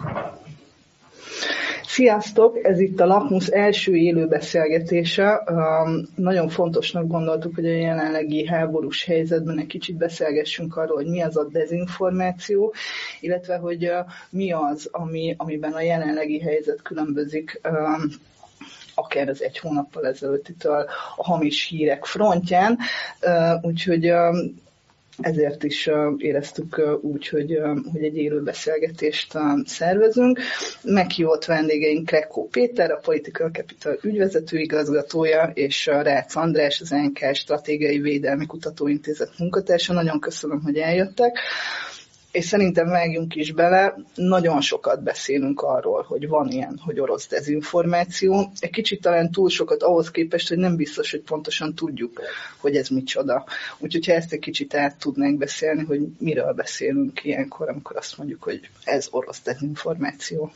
Sziasztok! Ez itt a Lakmus első élő beszélgetése. Nagyon fontosnak gondoltuk, hogy a jelenlegi háborús helyzetben egy kicsit beszélgessünk arról, hogy mi az a dezinformáció, illetve hogy mi az, amiben a jelenlegi helyzet különbözik akár az egy hónappal ezelőttitől a hamis hírek frontján. Úgyhogy ezért is éreztük úgy, hogy egy élő beszélgetést szervezünk. Meghívott vendégeink Krekó Péter, a Political Capital ügyvezető igazgatója, és Rácz András, az NK Stratégiai Védelmi Kutatóintézet munkatársa. Nagyon köszönöm, hogy eljöttek. És szerintem vágjunk is bele, nagyon sokat beszélünk arról, hogy van ilyen, hogy orosz dezinformáció. Egy kicsit talán túl sokat ahhoz képest, hogy nem biztos, hogy pontosan tudjuk, hogy ez micsoda. Úgyhogy ha ezt egy kicsit át tudnánk beszélni, hogy miről beszélünk ilyenkor, amikor azt mondjuk, hogy ez orosz dezinformáció.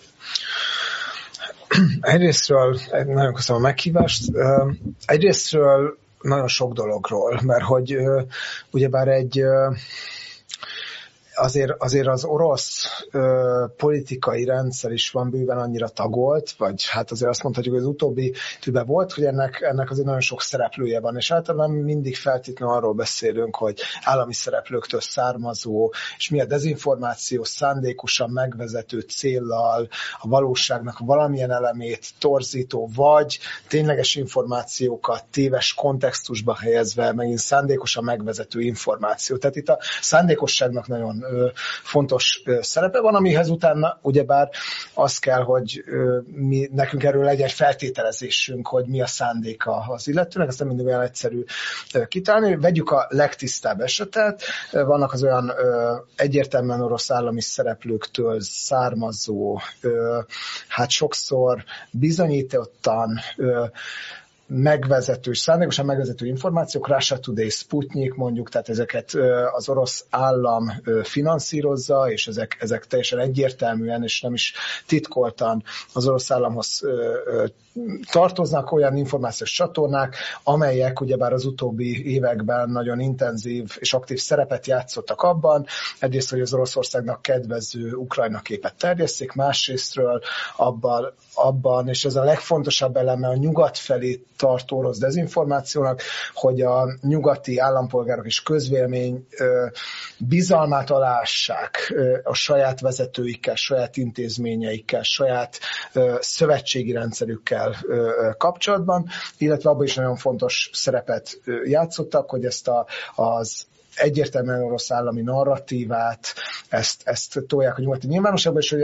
Egyrésztről nagyon köszönöm a meghívást. Egyrésztről nagyon sok dologról, mert hogy ugyebár azért az orosz politikai rendszer is van bőven annyira tagolt, vagy hát azért azt mondhatjuk, hogy az utóbbi időben volt, hogy ennek azért nagyon sok szereplője van, és általában mindig feltétlenül arról beszélünk, hogy állami szereplőktől származó, és mi a dezinformáció szándékosan megvezető céllal a valóságnak valamilyen elemét torzító, vagy tényleges információkat téves kontextusba helyezve, megint szándékosan megvezető információ. Tehát itt a szándékosságnak nagyon fontos szerepe van, amihez utána ugyebár az kell, hogy nekünk erről legyen feltételezésünk, hogy mi a szándéka az illetőnek, ezt nem mindig olyan egyszerű kitalálni. Vegyük a legtisztább esetet, vannak az olyan egyértelműen orosz állami szereplőktől származó, hát sokszor bizonyítottan megvezető, szándékosan megvezető információk, Russia Today, Sputnik mondjuk, tehát ezeket az orosz állam finanszírozza, és ezek teljesen egyértelműen, és nem is titkoltan az orosz államhoz tartoznak olyan információs csatornák, amelyek ugyebár az utóbbi években nagyon intenzív és aktív szerepet játszottak abban, egyrészt, hogy az Oroszországnak kedvező Ukrajna képet terjesszék, másrésztről abban, és ez a legfontosabb eleme a nyugat felé tartó orosz dezinformációnak, hogy a nyugati állampolgárok és közvélemény bizalmát aláássák a saját vezetőikkel, saját intézményeikkel, saját szövetségi rendszerükkel kapcsolatban, illetve abban is nagyon fontos szerepet játszottak, hogy ezt az egyértelműen orosz állami narratívát, ezt tolják a nyugati nyilvánosságban, és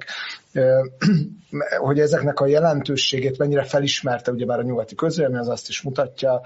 hogy ezeknek a jelentőségét mennyire felismerte ugyebár a nyugati közvélemény, az is mutatja,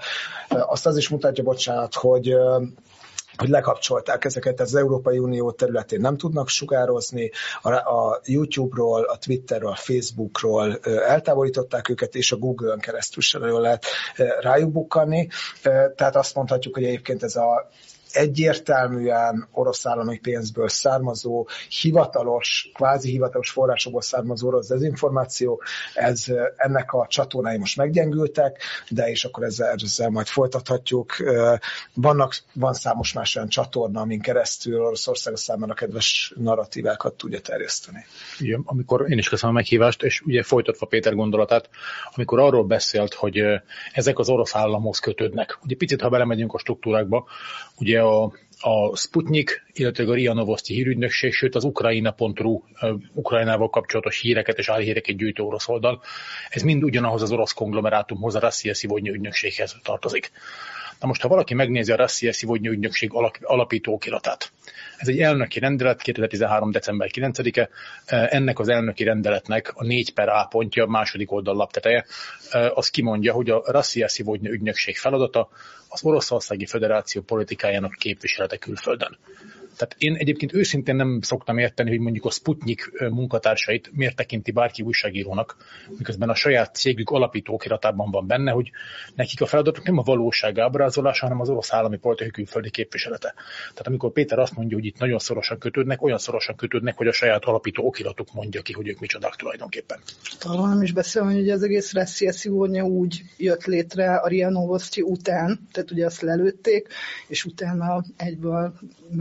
hogy lekapcsolták ezeket, az Európai Unió területén nem tudnak sugározni, a YouTube-ról, a Twitterről, a Facebookról eltávolították őket, és a Google-ön keresztül sem nagyon lehet rájuk bukkanni. Tehát azt mondhatjuk, hogy egyébként ez a egyértelműen orosz állami pénzből származó, kvázi hivatalos forrásokból származó orosz dezinformáció, ennek a csatornái most meggyengültek, de és akkor ezzel majd folytathatjuk. Van számos más olyan csatorna, amin keresztül Oroszország számára kedves narratívákat tudja terjeszteni. Igen, amikor én is köszönöm a meghívást, és ugye folytatva Péter gondolatát, amikor arról beszélt, hogy ezek az orosz államhoz kötődnek. Ugye picit, ha belemegyünk a struktúrákba, ugye a Sputnik, illetve a RIA Novosti hírügynökség, sőt az Ukraina.ru, Ukrajnával kapcsolatos híreket és álhíreket gyűjtő orosz oldal, ez mind ugyanahoz az orosz konglomerátumhoz, a Rossija Szivodnyi ügynökséghez tartozik. Na most, ha valaki megnézi a Rossija Szivodnyi ügynökség alapító okiratát, ez egy elnöki rendelet, 2013. december 9-e, ennek az elnöki rendeletnek a 4/A pontja, második oldal lapteteje, az kimondja, hogy a Rossija Szivodnyi ügynökség feladata az Oroszországi Föderáció politikájának képviselete külföldön. Tehát én egyébként őszintén nem szoktam érteni, hogy mondjuk a Sputnik munkatársait miért tekinti bárki újságírónak, miközben a saját cégük alapító okiratában van benne, hogy nekik a feladatuk nem a valóság ábrázolása, hanem az orosz állami politikai külföldi képviselete. Tehát amikor Péter azt mondja, hogy itt nagyon szorosan kötődnek, olyan szorosan kötődnek, hogy a saját alapító okiratuk mondja ki, hogy ők micsodák tulajdonképpen. Arról nem is beszélve, hogy az egész Rossija Szivodnyi úgy jött létre a RIA Novosti után, tehát ugye azt lelőtték, és utána egyből meg a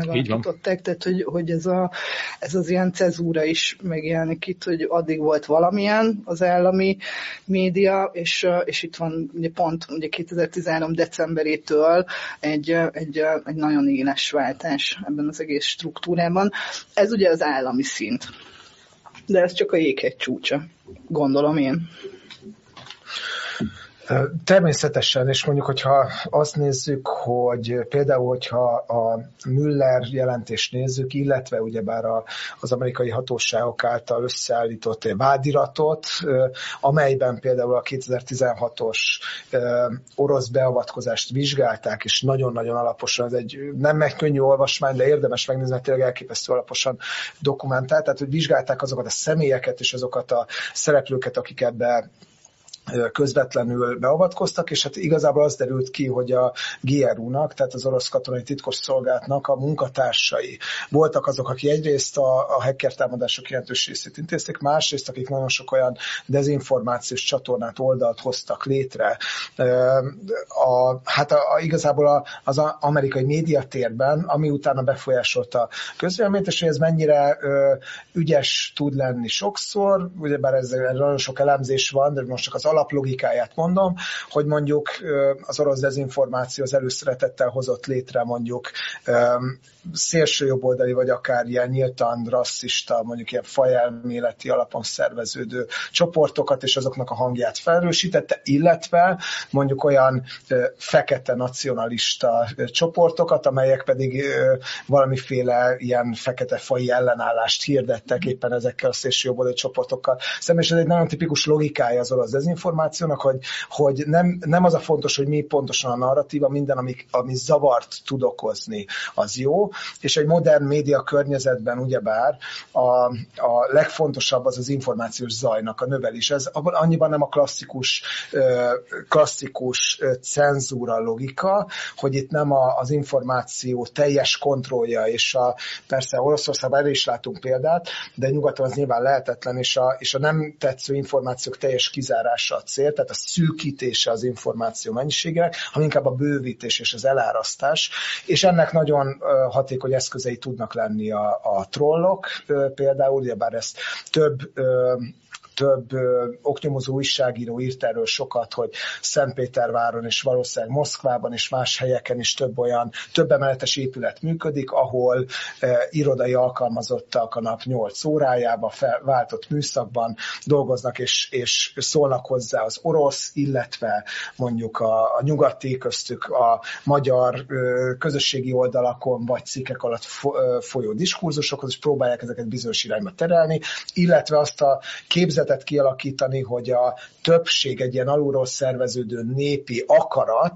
fordították, tehát hogy ez az ilyen cezúra is megjelenik itt, hogy addig volt valamilyen az állami média, és itt van ugye pont ugye 2013 decemberétől egy nagyon éles váltás ebben az egész struktúrában. Ez ugye az állami szint. De ez csak a jéghegy csúcsa, gondolom én. Természetesen, és mondjuk, hogyha azt nézzük, hogy például, hogyha a Müller jelentést nézzük, illetve ugyebár az amerikai hatóságok által összeállított vádiratot, amelyben például a 2016-os orosz beavatkozást vizsgálták, és nagyon-nagyon alaposan, ez nem egy könnyű olvasmány, de érdemes megnézni, mert tényleg elképesztő alaposan dokumentált, tehát hogy vizsgálták azokat a személyeket és azokat a szereplőket, akik ebbe közvetlenül beavatkoztak, és hát igazából az derült ki, hogy a GRU-nak, tehát az orosz katonai titkosszolgálatnak a munkatársai voltak azok, akik egyrészt a hacker támadások jelentős részét intézték, másrészt, akik nagyon sok olyan dezinformációs csatornát, oldalt hoztak létre. Igazából az amerikai médiatérben, ami utána befolyásolta a közvéleményt, és hogy ez mennyire ügyes tud lenni sokszor, ugyebár ezzel nagyon sok elemzés van, de most csak az alaplogikáját mondom, hogy mondjuk az orosz dezinformáció az előszeretettel hozott létre mondjuk szélsőjobboldali, vagy akár ilyen nyíltan rasszista, mondjuk ilyen fajelméleti alapon szerveződő csoportokat, és azoknak a hangját felerősítette, illetve mondjuk olyan fekete nacionalista csoportokat, amelyek pedig valamiféle ilyen fekete faji ellenállást hirdettek éppen ezekkel a szélsőjobboldali csoportokkal szemben, és ez egy nagyon tipikus logikája az orosz dezinformációnak, hogy nem az a fontos, hogy mi pontosan a narratíva, minden, ami zavart tud okozni, az jó, és egy modern média környezetben ugyebár a legfontosabb az információs zajnak a növelés. Ez annyiban nem a klasszikus cenzúra logika, hogy itt nem az információ teljes kontrollja, és persze Oroszországban erre is látunk példát, de nyugaton az nyilván lehetetlen, és a nem tetsző információk teljes kizárása a cél, tehát a szűkítése az információ mennyiségének, hanem inkább a bővítés és az elárasztás, és ennek nagyon hatékony eszközei tudnak lenni a trollok, például, ugyebár ezt több oknyomozó újságíró írt erről sokat, hogy Szentpéterváron és valószínűleg Moszkvában és más helyeken is több emeletes épület működik, ahol irodai alkalmazottak a nap 8 órájában váltott műszakban dolgoznak és szólnak hozzá az orosz, illetve mondjuk a nyugati, köztük a magyar közösségi oldalakon vagy cikkek alatt folyó diskurzusokhoz, és próbálják ezeket bizonyos irányba terelni, illetve azt a képzetet kialakítani, hogy a többség, egy ilyen alulról szerveződő népi akarat,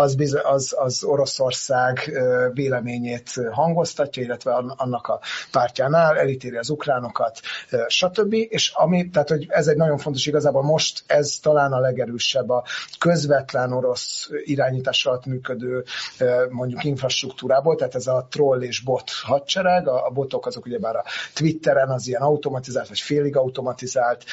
az Oroszország véleményét hangoztatja, illetve annak a pártjánál elítéli az ukránokat, stb. És tehát, hogy ez egy nagyon fontos, igazából most ez talán a legerősebb a közvetlen orosz irányítás alatt működő mondjuk infrastruktúrából, tehát ez a troll és bot hadsereg, a botok azok ugyebár a Twitteren az ilyen automatizált, vagy félig automatizált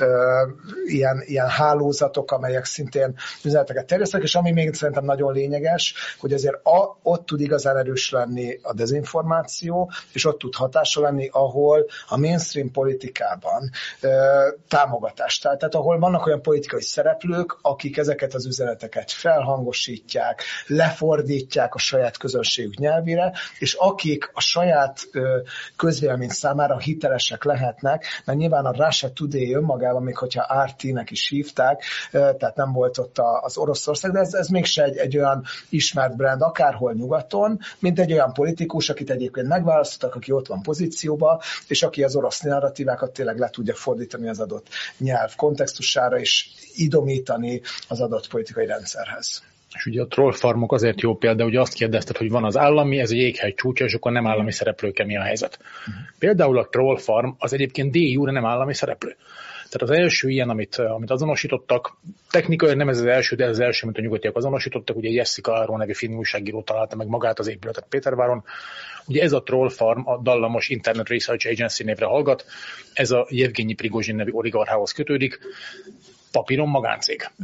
ilyen hálózatok, amelyek szintén üzeneteket terjesztenek, és ami még szerintem nagyon lényeges, hogy azért ott tud igazán erős lenni a dezinformáció, és ott tud hatása lenni, ahol a mainstream politikában támogatást. Tehát ahol vannak olyan politikai szereplők, akik ezeket az üzeneteket felhangosítják, lefordítják a saját közönségük nyelvére, és akik a saját közvélemény számára hitelesek lehetnek, mert nyilván a Russia Today önmagában, még hogyha RT-nek is hívták, tehát nem volt ott az Oroszország, de ez mégse egy olyan ismert brand akárhol nyugaton, mint egy olyan politikus, akit egyébként megválasztottak, aki ott van pozícióban, és aki az orosz narratívákat tényleg le tudja fordítani az adott nyelv kontextusára, és idomítani az adott politikai rendszerhez. És ugye a trollfarmok azért jó példa, ugye azt kérdezted, hogy van az állami, ez egy jéghegy csúcsa, és akkor nem állami szereplőkkel mi a helyzet. Például a trollfarm az egyébként de jure nem állami szereplő. Tehát az első ilyen, amit azonosítottak, technikai nem ez az első, de ez az első, amit a nyugatiak azonosítottak, ugye Jessica Arrow nevű finn újságíró találta meg magát az épületet Péterváron. Ugye ez a Troll Farm a dallamos Internet Research Agency névre hallgat, ez a Jevgenyi Prigozsin nevű oligarchához kötődik, papíron magáncég.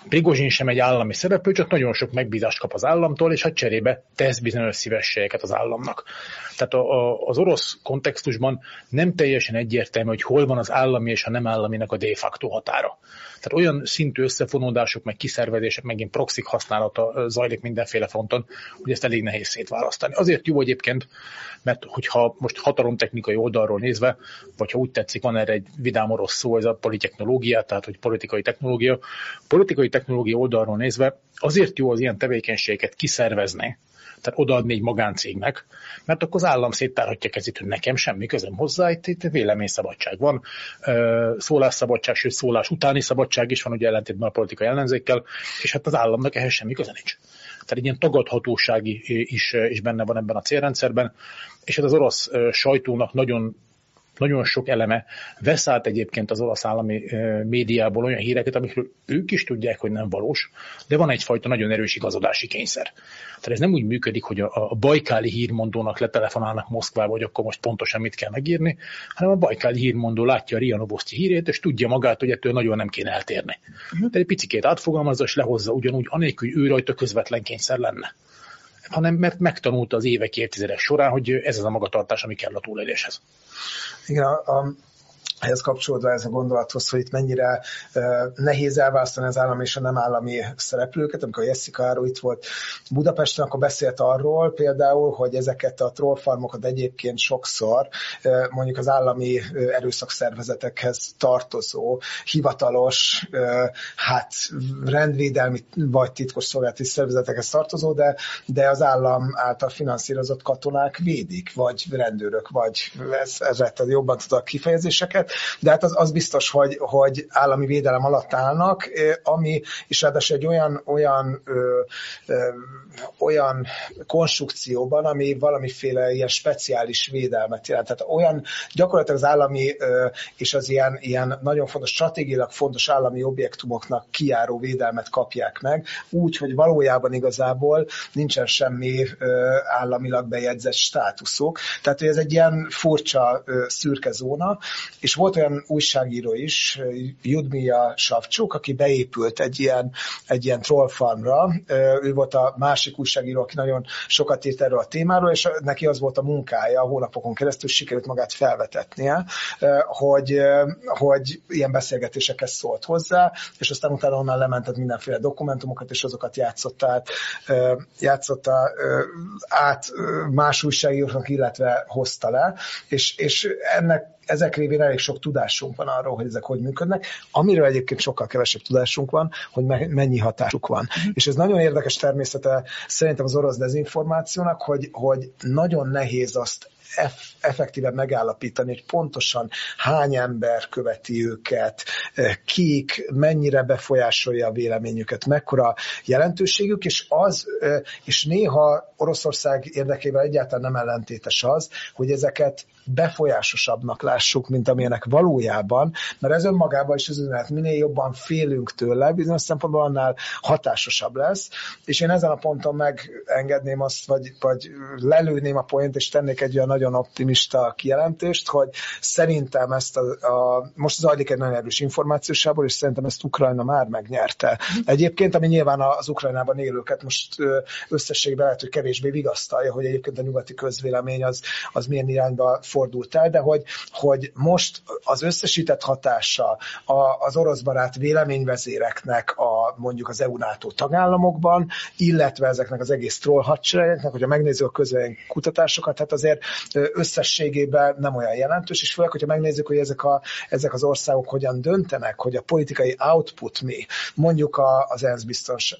Prigozsin sem egy állami szereplő, csak nagyon sok megbízást kap az államtól, és hát cserébe tesz bizonyos szívességeket az államnak. Tehát az orosz kontextusban nem teljesen egyértelmű, hogy hol van az állami és a nem államinak a de facto határa. Tehát olyan szintű összefonódások, meg kiszervezések, megint proxik használata zajlik mindenféle fronton, hogy ezt elég nehéz szétválasztani. Azért jó egyébként, mert hogyha most hatalomtechnikai oldalról nézve, vagy ha úgy tetszik, van erre egy vidám orosz szó, ez a politechnológia, tehát hogy politikai technológia. Politikai technológia oldalról nézve azért jó az ilyen tevékenységeket kiszervezni, tehát odaadni egy magáncégnek, mert akkor az állam széttárhatja kezét, hogy nekem semmi közöm hozzá, itt véleményszabadság van, szólásszabadság, sőt szólás utáni szabadság is van, ugye ellentétben a politikai ellenzékkel, és hát az államnak ehhez semmi köze nincs. Tehát egy ilyen tagadhatósági is benne van ebben a célrendszerben, és hát az orosz sajtónak nagyon sok eleme vesz át egyébként az orosz állami médiából olyan híreket, amikről ők is tudják, hogy nem valós, de van egyfajta nagyon erős igazodási kényszer. Tehát ez nem úgy működik, hogy a bajkáli hírmondónak letelefonálnak Moszkvába, hogy akkor most pontosan mit kell megírni, hanem a bajkáli hírmondó látja a RIA Novosti hírét, és tudja magát, hogy ettől nagyon nem kéne eltérni. De egy picikét átfogalmazza, és lehozza ugyanúgy, anélkül, hogy ő rajta közvetlen kényszer lenne. Hanem mert megtanulta az évek, évtizedek során, hogy ez az a magatartás, ami kell a túléléshez. Igen, ehhez kapcsolódva ez a gondolathoz, hogy itt mennyire nehéz elválasztani az állami és a nem állami szereplőket. Amikor Jessica Áró itt volt Budapesten, akkor beszélt arról például, hogy ezeket a trollfarmokat egyébként sokszor mondjuk az állami erőszakszervezetekhez tartozó, hivatalos, rendvédelmi vagy titkosszolgálati szervezetekhez tartozó, de az állam által finanszírozott katonák védik, vagy rendőrök, vagy ezzel jobban tudok kifejezéseket. De hát az biztos, hogy állami védelem alatt állnak, ami is ráadásul egy olyan konstrukcióban, ami valamiféle ilyen speciális védelmet jelent. Tehát olyan gyakorlatilag az állami és az ilyen nagyon fontos, stratégiailag fontos állami objektumoknak kijáró védelmet kapják meg, úgy, hogy valójában igazából nincsen semmi államilag bejegyzett státuszuk. Tehát, hogy ez egy ilyen furcsa szürke zóna, és volt olyan újságíró is, Judmila Savcsuk, aki beépült egy ilyen trollfarmra. Ő volt a másik újságíró, aki nagyon sokat írt erről a témáról, és neki az volt a munkája, a hónapokon keresztül sikerült magát felvetetnie, hogy ilyen beszélgetéseket szólt hozzá, és aztán utána onnan lementett mindenféle dokumentumokat, és azokat játszotta át más újságíróknak, illetve hozta le, és ezek révén elég sok tudásunk van arról, hogy ezek hogy működnek, amiről egyébként sokkal kevesebb tudásunk van, hogy mennyi hatásuk van. És ez nagyon érdekes természete szerintem az orosz dezinformációnak, hogy nagyon nehéz azt effektíven megállapítani, hogy pontosan hány ember követi őket, kik, mennyire befolyásolja a véleményüket, mekkora jelentőségük, és néha Oroszország érdekében egyáltalán nem ellentétes az, hogy ezeket befolyásosabbnak lássuk, mint amilyenek valójában, mert ez önmagában is az üzenet, minél jobban félünk tőle, bizonyos szempontból annál hatásosabb lesz, és én ezen a ponton megengedném azt, vagy lelőném a point, és tennék egy olyan nagyon optimista kijelentést, hogy szerintem ezt most zajlik egy nagyon erős információsából, és szerintem ezt Ukrajna már megnyerte. Egyébként, ami nyilván az Ukrajnában élőket most összességben lehet, hogy kevésbé vigasztalja, hogy egyébként a nyugati közvélemény az milyen irányba fordult el, de hogy most az összesített hatása az oroszbarát véleményvezéreknek mondjuk az EU-NATO tagállamokban, illetve ezeknek az egész troll hadseregeknek, hogyha megnézzük a közvélemény kutatásokat, hát azért összességében nem olyan jelentős, és főleg, hogyha megnézzük, hogy ezek az országok hogyan döntenek, hogy a politikai output mi, mondjuk az ENSZ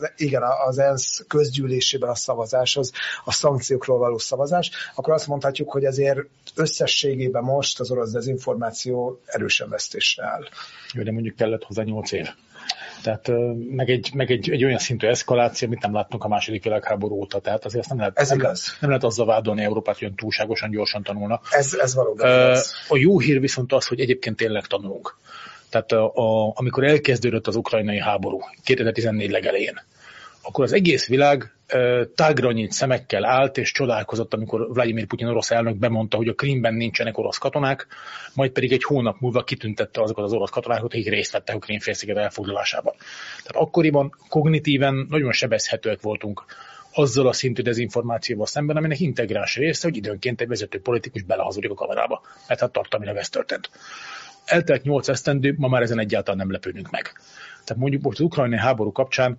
az ENSZ közgyűlésében a szavazás, a szankciókról való szavazás, akkor azt mondhatjuk, hogy azért összességében most az orosz dezinformáció erősen vesztésre áll. Jó, de mondjuk kellett hozzá 8 év. Tehát meg egy olyan szintű eszkaláció, amit nem láttunk a második világháború óta. Tehát azért nem lehet azzal vádolni Európát, hogy túlságosan gyorsan tanulna. Ez valóban a jó hír viszont az, hogy egyébként tényleg tanulunk. Tehát amikor elkezdődött az ukrajnai háború 2014 legelején, akkor az egész világ tágra nyílt szemekkel állt, és csodálkozott, amikor Vladimir Putyin orosz elnök bemondta, hogy a Krímben nincsenek orosz katonák, majd pedig egy hónap múlva kitüntette azokat az orosz katonákat, akik részt vettek a Krím-félsziget elfoglalásában. Tehát akkoriban kognitíven nagyon sebezhetőek voltunk azzal a szintű dezinformációval szemben, aminek integráns része, hogy időnként egy vezető politikus belehazudik a kamerába. Mert hát tartalmilag ez történt. Eltelt 8 esztendő, ma már ezen egyáltalán nem lepődünk meg. Tehát mondjuk most az ukrajnai háború kapcsán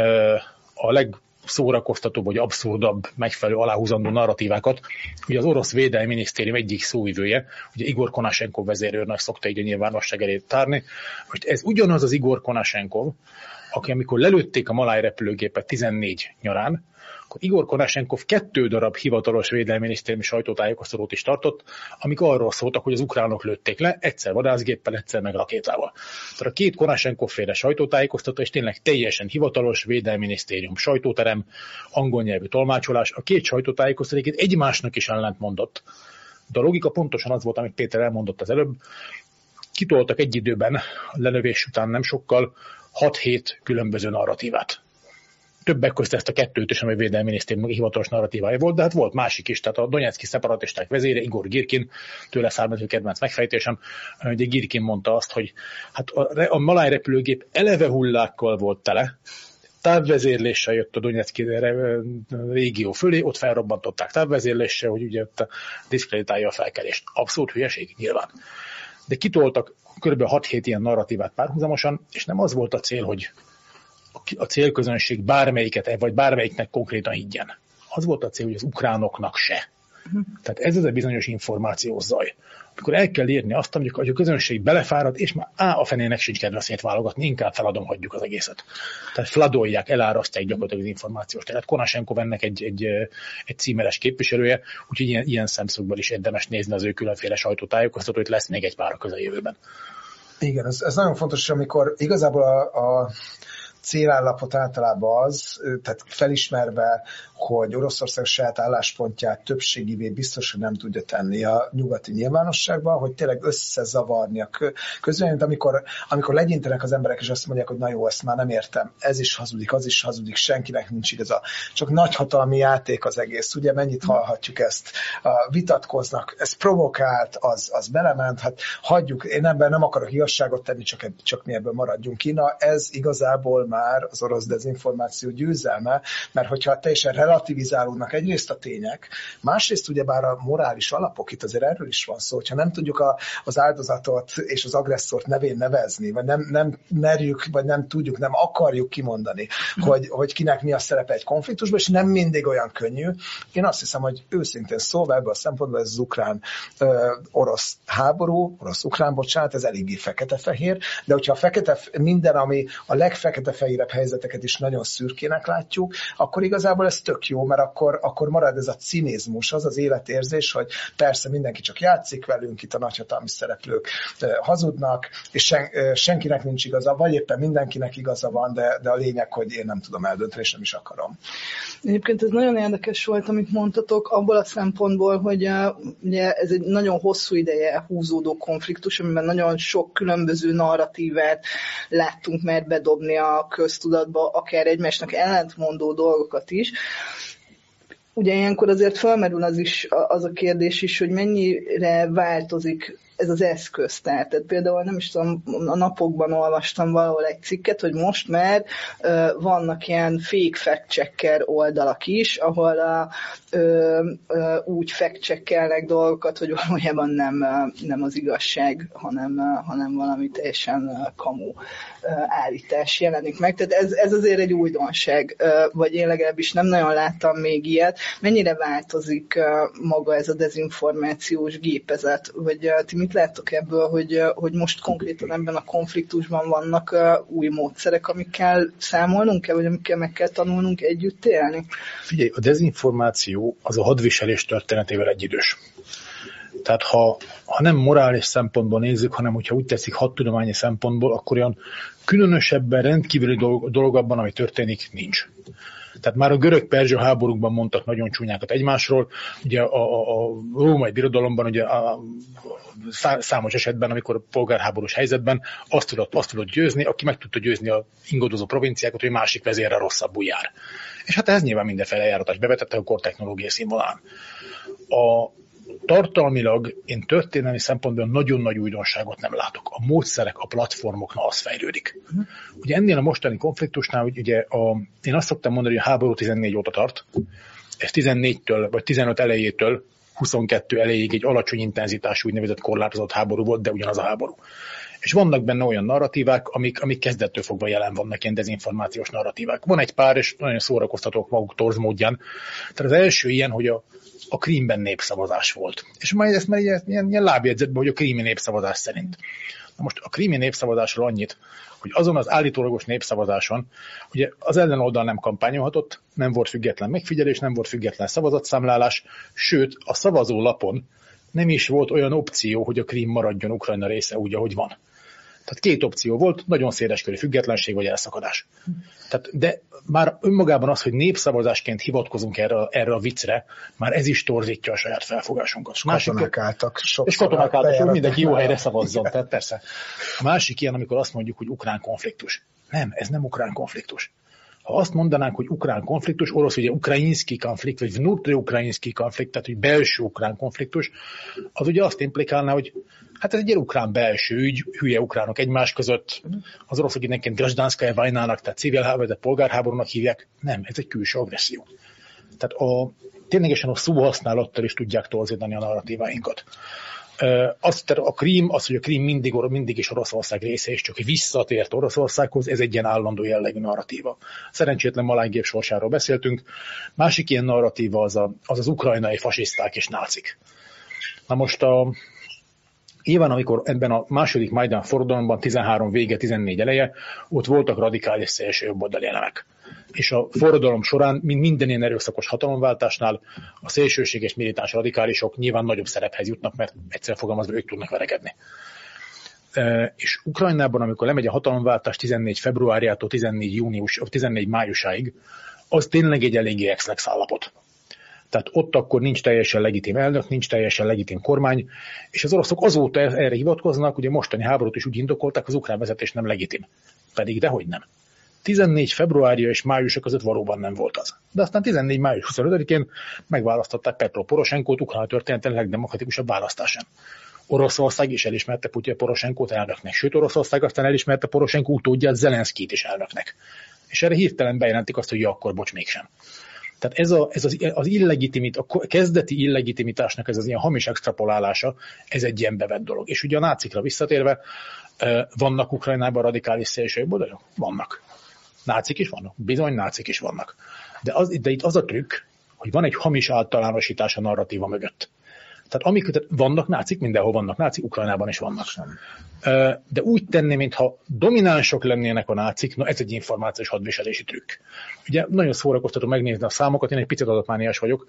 a legszórakoztatóbb vagy abszurdabb, megfelelő aláhúzandó narratívákat, ugye az orosz védelmi minisztérium egyik szóvivője, ugye Igor Konashenkov vezérőrnek szokta így a nyilvánosság elé tárni, hogy ez ugyanaz az Igor Konashenkov, aki amikor lelőtték a maláj repülőgépet 14 nyarán, akkor Igor Konashenkov 2 darab hivatalos védelmi minisztériumi sajtótájékoztatót is tartott, amik arról szóltak, hogy az ukránok lőtték le, egyszer vadászgéppel, egyszer meg rakétával. Tehát a 2 Konashenkov féle sajtótájékoztató, és tényleg teljesen hivatalos védelmi minisztérium sajtóterem, angol nyelvű tolmácsolás, a 2 sajtótájékoztató egymásnak is ellentmondott. De a logika pontosan az volt, amit Péter elmondott az előbb, kitoltak egy időben, a lelövés után nem sokkal, 6-7 különböző narratívát. Többek között ezt a 2-t is, amely védelmi minisztérium hivatalos narratívája volt, de hát volt másik is, tehát a donetszki szeparatisták vezére, Igor Girkin, tőle származó kedvenc megfejtésem, ugye Girkin mondta azt, hogy hát a maláj repülőgép eleve hullákkal volt tele, távvezérléssel jött a donetszki régió fölé, ott felrobbantották távvezérléssel, hogy ugye ott diszkreditálja a felkelést. Abszolút hülyeség, nyilván. De kitoltak kb. 6-7 ilyen narratívát párhuzamosan, és nem az volt a cél, hogy a célközönség bármelyiket, vagy bármelyiknek konkrétan higgyen. Az volt a cél, hogy az ukránoknak se. Tehát ez az a bizonyos információs zaj. Amikor el kell írni azt, hogy a közönség belefárad, és már a fenének sincs kedve szét válogatni, inkább feladom, hagyjuk az egészet. Tehát fladolják, elárasztják gyakorlatilag az információs. Tehát Konashenkov ennek egy címeres képviselője, úgyhogy ilyen szemszögből is érdemes nézni az ő különféle sajtótájékoztatóit, lesz még egy pár a közeljövőben. Igen, ez nagyon fontos, amikor igazából a célállapot általában az, tehát felismerve, hogy Oroszország saját álláspontját többségivé biztos, hogy nem tudja tenni a nyugati nyilvánosságban, hogy tényleg összezavarni a közvéleményt, amikor legyintenek az emberek, és azt mondják, hogy na jó, ezt már nem értem, ez is hazudik, az is hazudik, senkinek nincs igaza. Csak nagyhatalmi játék az egész, ugye mennyit hallhatjuk ezt, vitatkoznak, ez provokált, az belement, hát hagyjuk, én ebben nem akarok igazságot tenni, csak mi ebből maradjunk ki. Na, ez igazából már az orosz dezinformáció győzelme, mert hogyha teljesen relativizálódnak egyrészt a tények, másrészt ugyebár a morális alapok, itt azért erről is van szó, hogyha nem tudjuk az áldozatot és az agresszort nevén nevezni, vagy nem merjük, vagy nem tudjuk, nem akarjuk kimondani, hogy kinek mi a szerepe egy konfliktusban, és nem mindig olyan könnyű. Én azt hiszem, hogy őszintén szóval ebből a szempontból ez az ukrán-orosz háború, orosz-ukrán, bocsánat, ez eléggé fekete-fehér, de hogyha minden, ami a legfekete-fehérebb helyzeteket is nagyon szürkének látjuk, akkor igazából ez tök jó, mert akkor marad ez a cinizmus, az életérzés, hogy persze mindenki csak játszik velünk, itt a nagyhatalmi szereplők hazudnak, és senkinek nincs igaza, vagy éppen mindenkinek igaza van, de a lényeg, hogy én nem tudom eldönteni, és nem is akarom. Egyébként ez nagyon érdekes volt, amit mondtatok, abból a szempontból, hogy ugye ez egy nagyon hosszú ideje húzódó konfliktus, amiben nagyon sok különböző narratívát láttunk már bedobni a köztudatba, akár egymásnak ellentmondó dolgokat is. Ugye ilyenkor azért felmerül az a kérdés is, hogy mennyire változik ez az eszköz. Tehát például nem is tudom, a napokban olvastam valahol egy cikket, hogy most már vannak ilyen fake fact-checker oldalak is, ahol úgy fact-checkelnek dolgokat, hogy valójában nem az igazság, hanem valami teljesen kamu állítás jelenik meg. Tehát ez azért egy újdonság, vagy én legalábbis nem nagyon láttam még ilyet. Mennyire változik maga ez a dezinformációs gépezet, vagy ti mit láttok ebből, hogy most konkrétan ebben a konfliktusban vannak új módszerek, amikkel számolnunk kell, vagy amikkel meg kell tanulnunk együtt élni? Figyelj, a dezinformáció az a hadviselés történetével egyidős. Tehát ha nem morális szempontból nézzük, hanem hogyha úgy teszik hadtudományi szempontból, akkor olyan különösebben rendkívüli dolog abban, ami történik, nincs. Tehát már a görög-perzsa háborúkban mondtak nagyon csúnyákat egymásról. Ugye a római birodalomban ugye számos esetben, amikor polgárháborús helyzetben azt tudott győzni, aki meg tudta győzni a ingadozó provinciákat, hogy másik vezérre rosszabbul jár. És hát ez nyilván mindenféle eljáratást bevetette a kor technológiai színvonalán. Tartalmilag én történelmi szempontból nagyon nagy újdonságot nem látok. A módszerek, a platformok, az fejlődik. Ugye ennél a mostani konfliktusnál, ugye én azt szoktam mondani, hogy a háború 14 óta tart. Ez 14-től, vagy 15 elejétől 22 elejéig egy alacsony intenzitású úgynevezett korlátozott háború volt, de ugyanaz a háború. És vannak benne olyan narratívák, amik kezdettől fogva jelen vannak, ilyen dezinformációs narratívák. Van egy pár, és nagyon szórakoztatók maguk torz módján. Tehát az első ilyen, hogy a Krímben népszavazás volt. És majd ezt már ilyen lábjegyzetben, hogy a krími népszavazás szerint. Na most a krími népszavazásról annyit, hogy azon az állítólagos népszavazáson, ugye az ellenoldal nem kampányolhatott, nem volt független megfigyelés, nem volt független szavazatszámlálás, sőt, a szavazólapon nem is volt olyan opció, hogy a Krím maradjon Ukrajna része úgy, ahogy van. Tehát két opció volt, nagyon széleskörű függetlenség vagy elszakadás. De már önmagában az, hogy népszavazásként hivatkozunk erre a viccre, már ez is torzítja a saját felfogásunkat. Katonák álltak és katonák álltak, hogy mindenki jó helyre szavazzon. Tehát persze. A másik ilyen, amikor azt mondjuk, hogy ukrán konfliktus. Nem, ez nem ukrán konfliktus. Ha azt mondanánk, hogy ukrán konfliktus, orosz ugye ukrajinszki konflikt, vagy vnutri-ukrajinszki konflikt, tehát hogy belső ukrán konfliktus, az ugye azt implikálná, hogy hát ez egy ilyen ukrán belső ügy, hülye ukránok egymás között, az oroszok időnként Grajdanszkaja vajnának, tehát civil háború, vagy polgárháborúnak hívják. Nem, ez egy külső agresszió. Tehát ténylegesen a szóhasználattal is tudják torzítani a narratíváinkat. A Krím, hogy a Krím mindig is Oroszország része, és csak visszatért Oroszországhoz, ez egy ilyen állandó jellegű narratíva. Szerencsétlen malánygép sorsáról beszéltünk. Másik ilyen narratíva az ukrajnai fasiszták és nácik. Na most nyilván, amikor ebben a második Majdan forradalomban 13 vége, 14 eleje, ott voltak radikális szélsőjobboldali elemek. És a forradalom során, mint minden ilyen erőszakos hatalomváltásnál, a szélsőséges militáns radikálisok nyilván nagyobb szerephez jutnak, mert egyszer fogalmazva ők tudnak verekedni. És Ukrajnában, amikor lemegy a hatalomváltás 14 februárjától 14 májusáig, az tényleg egy eléggé exlex állapot. Tehát ott akkor nincs teljesen legitim elnök, nincs teljesen legitim kormány, és az oroszok azóta erre hivatkoznak, ugye mostani háborút is úgy indokolták, az ukrán vezetés nem legitim. Pedig dehogy nem. 14 februárja és májusa között valóban nem volt az. De aztán 14 május 25-én megválasztották Petro Porosenkót Ukrajna történetén legdemokratikusabb választásán. Oroszország is elismerte Putyin Porosenkót elnöknek, sőt Oroszország aztán elismerte Porosenko utódját, Zelenszkijt is elnöknek. És erre hirtelen bejelentik azt, hogy ja, akkor bocs, mégsem. Tehát ez az a kezdeti illegitimitásnak ez az ilyen hamis extrapolálása, ez egy ilyen bevett dolog. És ugye a nácikra visszatérve, vannak Ukrajnában radikális szélsőjobboldaliak? Vannak. Nácik is vannak? Bizony, nácik is vannak. De itt az a trükk, hogy van egy hamis általánosítás a narratíva mögött. Tehát vannak nácik, mindenhol vannak nácik, Ukrajnában is vannak. De úgy tenni, mintha dominánsok lennének a nácik, ez egy információs hadviselési trükk. Ugye nagyon szórakoztató megnézni a számokat, én egy picit adatmániás vagyok.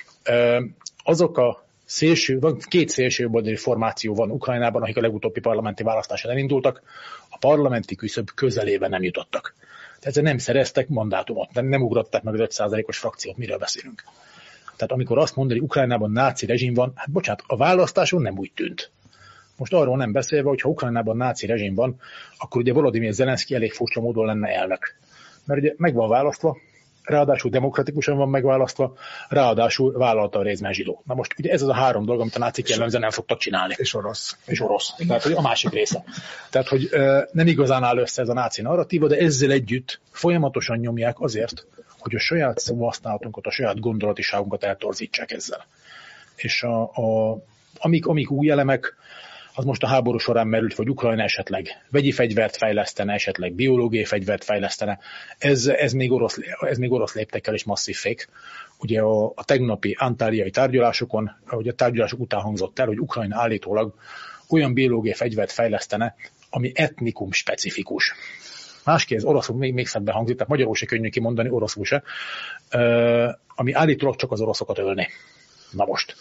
Két szélsőjobboldali formáció van Ukrajnában, akik a legutóbbi parlamenti választáson elindultak, a parlamenti küszöb közelébe nem jutottak. Tehát nem szereztek mandátumot, nem ugrották meg az 5%-os frakciót, miről beszélünk. Tehát amikor azt mondani, hogy Ukrajnában náci rezsim van, hát bocsánat, a választáson nem úgy tűnt. Most arról nem beszélve, hogy ha Ukrajnában náci rezsim van, akkor ugye Volodymyr Zelenszkij elég furcsa módon lenne elnök. Mert ugye meg van választva, ráadásul demokratikusan van megválasztva, ráadásul vállalta a részben zsidó. Na most ugye ez az a három dolog, amit a nácik jellemzően nem szoktak csinálni. És orosz. És orosz. Tehát hogy a másik része. Tehát, hogy nem igazán áll össze ez a náci narratíva, de ezzel együtt folyamatosan nyomják azért, hogy a saját szóhasználatunkat, a saját gondolatiságunkat eltorzítsák ezzel. És amik új elemek, az most a háború során merült, hogy Ukrajna esetleg vegyi fegyvert fejlesztene, esetleg biológiai fegyvert fejlesztene. Ez még orosz léptekkel és masszív fék. Ugye a tegnapi antáliai tárgyalásokon, ahogy a tárgyalások után hangzott el, hogy Ukrajna állítólag olyan biológiai fegyvert fejlesztene, ami etnikum specifikus. Másképp az oroszul még szebben hangzik, tehát magyarul se könnyű kimondani, oroszul se, ami állítólag csak az oroszokat ölni. Na most.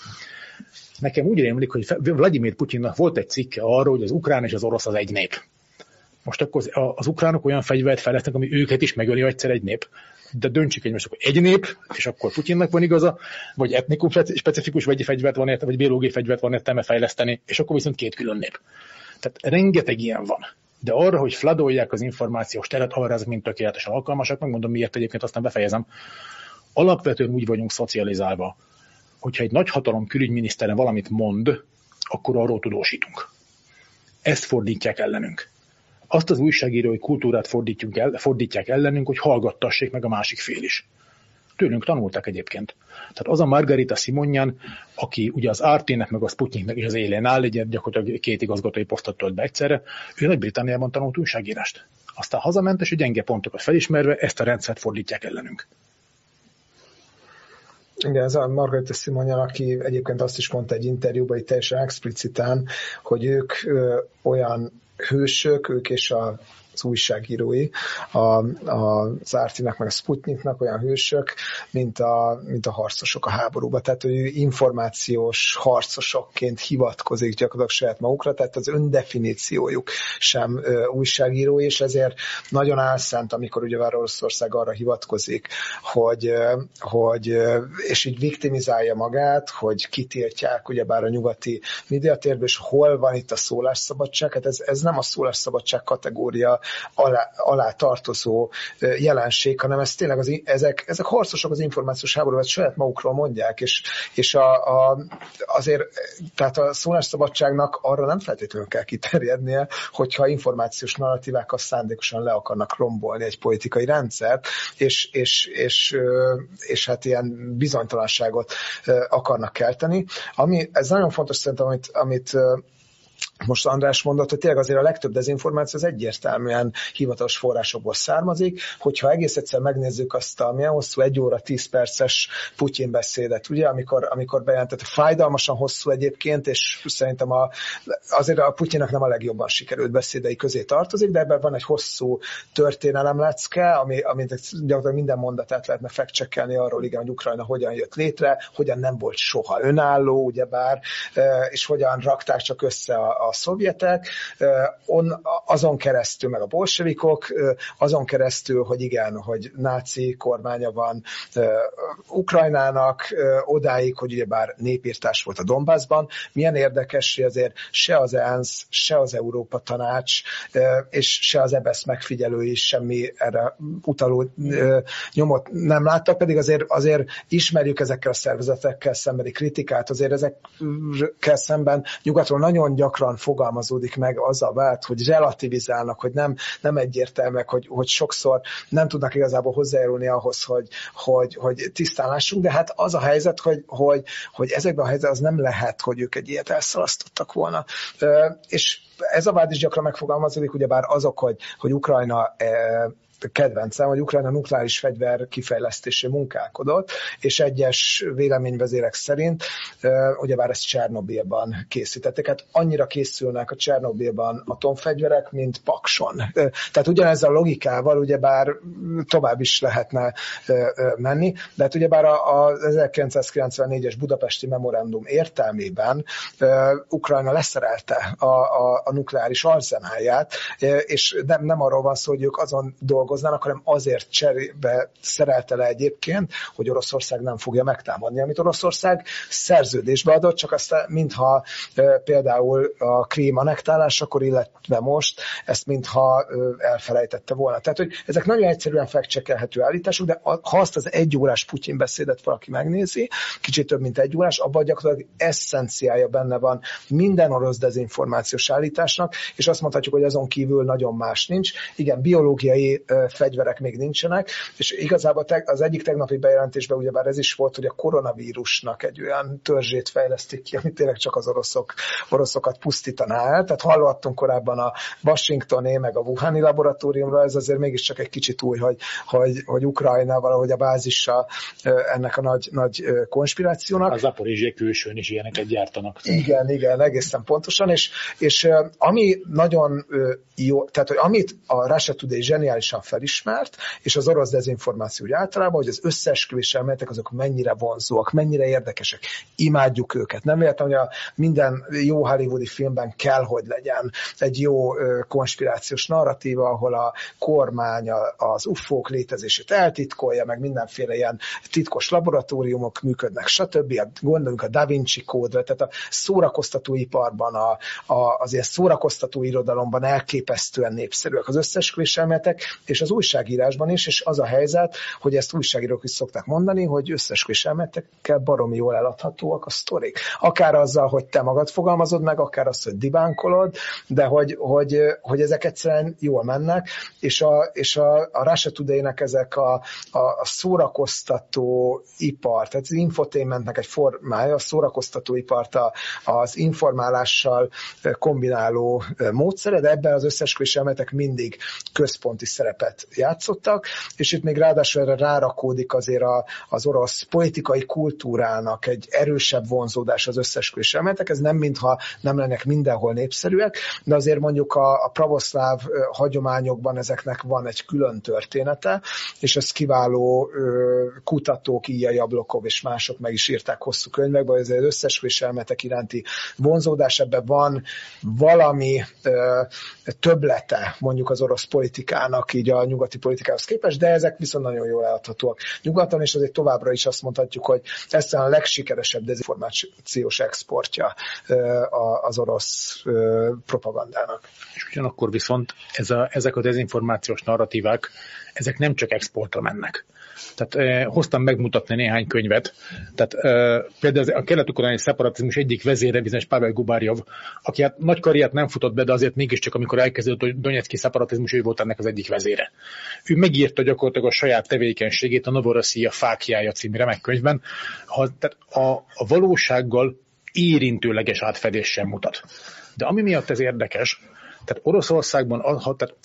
Nekem úgy rémlik, hogy Vladimir Putyinnak volt egy cikke arról, hogy az ukrán és az orosz az egy nép. Most akkor az ukránok olyan fegyvert fejlesztenek, ami őket is megöli egyszer egy nép. De döntsük most, akkor egy nép, és akkor Putyinnak van igaza, vagy etnikum specifikus vegyi fegyvert van érte, vagy biológiai fegyvert van értelme fejleszteni, és akkor viszont két külön nép. Tehát rengeteg ilyen van. De arra, hogy fladolják az információs teret, arra ezek mind tökéletesen alkalmasak, megmondom miért egyébként, aztán befejezem. Alapvetően úgy vagyunk szocializálva, hogyha egy nagyhatalom külügyminisztere valamit mond, akkor arról tudósítunk. Ezt fordítják ellenünk. Azt az újságírói kultúrát fordítják ellenünk, hogy hallgattassék meg a másik fél is. Tőlünk tanulták egyébként. Tehát az a Margarita Simonyan, aki ugye az RT-nek, meg a Sputniknek is az élén áll, egy gyakorlatilag két igazgatói posztot tölt be egyszerre, ő Nagy-Britanniában tanult újságírást. Aztán hazament, és a gyenge pontokat felismerve ezt a rendszert fordítják ellenünk. Igen, ez a Margarita Simonyan, aki egyébként azt is mondta egy interjúban, itt teljesen explicitán, hogy ők olyan hősök, ők és az újságírói, az RT-nek meg a Sputniknak olyan hősök, mint a harcosok a háborúban. Tehát, hogy ő információs harcosokként hivatkozik gyakorlatilag saját magukra, tehát az öndefiníciójuk sem újságírói, és ezért nagyon álszánt, amikor ugye Oroszország arra hivatkozik, hogy és így viktimizálja magát, hogy kitiltják ugyebár a nyugati médiatérből, és hol van itt a szólásszabadság. Hát ez nem a szólásszabadság kategória alá tartozó jelenség, hanem ez tényleg ezek harcosok az információs háborúban, saját magukról mondják, és azért tehát a szólásszabadságnak arra nem feltétlenül kell kiterjednie, hogyha információs narratívákkal szándékosan le akarnak rombolni egy politikai rendszert, és hát ilyen bizonytalanságot akarnak kelteni. Ez nagyon fontos szerintem, amit most András mondott, hogy tényleg azért a legtöbb dezinformáció az egyértelműen hivatalos forrásokból származik, hogyha egész egyszer megnézzük azt a milyen hosszú 1 óra 10 perces Putyin beszédet, ugye, amikor bejelentett, fájdalmasan hosszú egyébként, és szerintem azért a Putyinnak nem a legjobban sikerült beszédei közé tartozik, de ebben van egy hosszú történelemlecke, amit gyakorlatilag minden mondatát lehetne fact-checkelni arról, igen, hogy Ukrajna hogyan jött létre, hogyan nem volt soha önálló, ugyebár, és hogyan rakták csak össze a szovjetek, azon keresztül, meg a bolsevikok, azon keresztül, hogy igen, hogy náci kormánya van Ukrajnának, odáig, hogy ugyebár népírtás volt a Donbassban. Milyen érdekes, hogy azért se az ENSZ, se az Európa Tanács, és se az EBESZ megfigyelői semmi erre utaló nyomot nem láttak, pedig azért ismerjük ezekkel a szervezetekkel szembeni kritikát, azért ezekkel szemben nyugatról nagyon gyakran fogalmazódik meg az a vád, hogy relativizálnak, hogy nem egyértelműek, hogy sokszor nem tudnak igazából hozzájárulni ahhoz, hogy tisztán lássunk, de hát az a helyzet, hogy ezekben a helyzetben az nem lehet, hogy ők egy ilyet elszalasztottak volna. És ez a vád is gyakran megfogalmazódik, ugyebár azok, hogy Ukrajna kedvencem, hogy Ukrajna nukleáris fegyver kifejlesztésé munkálkodott, és egyes véleményvezérek szerint ugyebár ezt Csernobilban készítették. Hát annyira készülnek a Csernobilban atomfegyverek, mint Pakson. Tehát ugyanezzel a logikával ugyebár tovább is lehetne menni, de hát ugyebár az 1994-es budapesti memorandum értelmében Ukrajna leszerelte a nukleáris arzenálját, és nem arról van szó, hogy ők azon dolgoznának, hanem azért cserébe szerelte le egyébként, hogy Oroszország nem fogja megtámadni, amit Oroszország szerződésbe adott, csak aztán mintha például a Krím annektálásakor, illetve most ezt mintha elfelejtette volna. Tehát, hogy ezek nagyon egyszerűen fact-checkelhető állítások, de ha azt az 1 órás Putyin beszédet valaki megnézi, kicsit több mint 1 órás, abban gyakorlatilag eszenciája benne van minden orosz dezinformációs állításnak, és azt mondhatjuk, hogy azon kívül nagyon más nincs. Igen, biológiai fegyverek még nincsenek, és igazából az egyik tegnapi bejelentésben ugyebár ez is volt, hogy a koronavírusnak egy olyan törzsét fejlesztik ki, ami tényleg csak az oroszokat pusztítaná el. Tehát hallottunk korábban a Washingtoni, meg a Wuhani laboratóriumra, ez azért mégiscsak egy kicsit új, hogy Ukrajna valahogy a bázisa ennek a nagy konspirációnak. A Zaporizsé külsőn is ilyeneket gyártanak. Igen, egészen pontosan, és ami nagyon jó, tehát hogy amit a Russia Today zseniálisan felismert, és az orosz dezinformáció úgy általában, hogy az összeesküvés elméletek azok mennyire vonzóak, mennyire érdekesek. Imádjuk őket. Nem véletlen, hogy minden jó hollywoodi filmben kell, hogy legyen egy jó konspirációs narratíva, ahol a kormány az UFO-k létezését eltitkolja, meg mindenféle ilyen titkos laboratóriumok működnek, stb. Gondoljunk a Da Vinci kódra, tehát a szórakoztatóiparban, az ilyen szórakoztató irodalomban elképesztően népszerűek az összeesküvés elméletek, és az újságírásban is, és az a helyzet, hogy ezt újságírók is szokták mondani, hogy összeesküvés elméletekkel baromi jól eladhatóak a sztorik. Akár azzal, hogy te magad fogalmazod meg, akár azt, hogy dibánkolod, de hogy ezek egyszerűen jól mennek, és a Russia Today-nek ezek a szórakoztató ipar, tehát az infotainmentnek egy formája, a szórakoztató ipart az informálással kombináló módszere, de ebben az összeesküvés elméletek mindig központi szerepet játszottak, és itt még ráadásul erre rárakódik azért az orosz politikai kultúrának egy erősebb vonzódás az összeesküvés elméletek, ez nem mintha nem lennek mindenhol népszerűek, de azért mondjuk a pravoszláv hagyományokban ezeknek van egy külön története, és ez kiváló kutatók, Ilya Jablokov és mások meg is írták hosszú könyvekben, hogy az összeesküvés elméletek iránti vonzódás, ebben van valami többlete mondjuk az orosz politikának, így a nyugati politikához képest, de ezek viszont nagyon jól eladhatóak nyugaton, és azért továbbra is azt mondhatjuk, hogy ez a legsikeresebb dezinformációs exportja az orosz propagandának. És ugyanakkor viszont ezek a dezinformációs narratívák, ezek nem csak exportra mennek. Tehát hoztam megmutatni néhány könyvet. Tehát például a kelet-ukrajnai szeparatizmus egyik vezére, bizonyos Pavel Gubarjov, aki hát nagy karriert nem futott be, de azért mégiscsak, amikor elkezdődött a donetszki szeparatizmus, ő volt ennek az egyik vezére. Ő megírta gyakorlatilag a saját tevékenységét a Novorosszija fáklyája című remek könyvben. Tehát a valósággal érintőleges átfedés sem mutat. De ami miatt ez érdekes, tehát Oroszországban tehát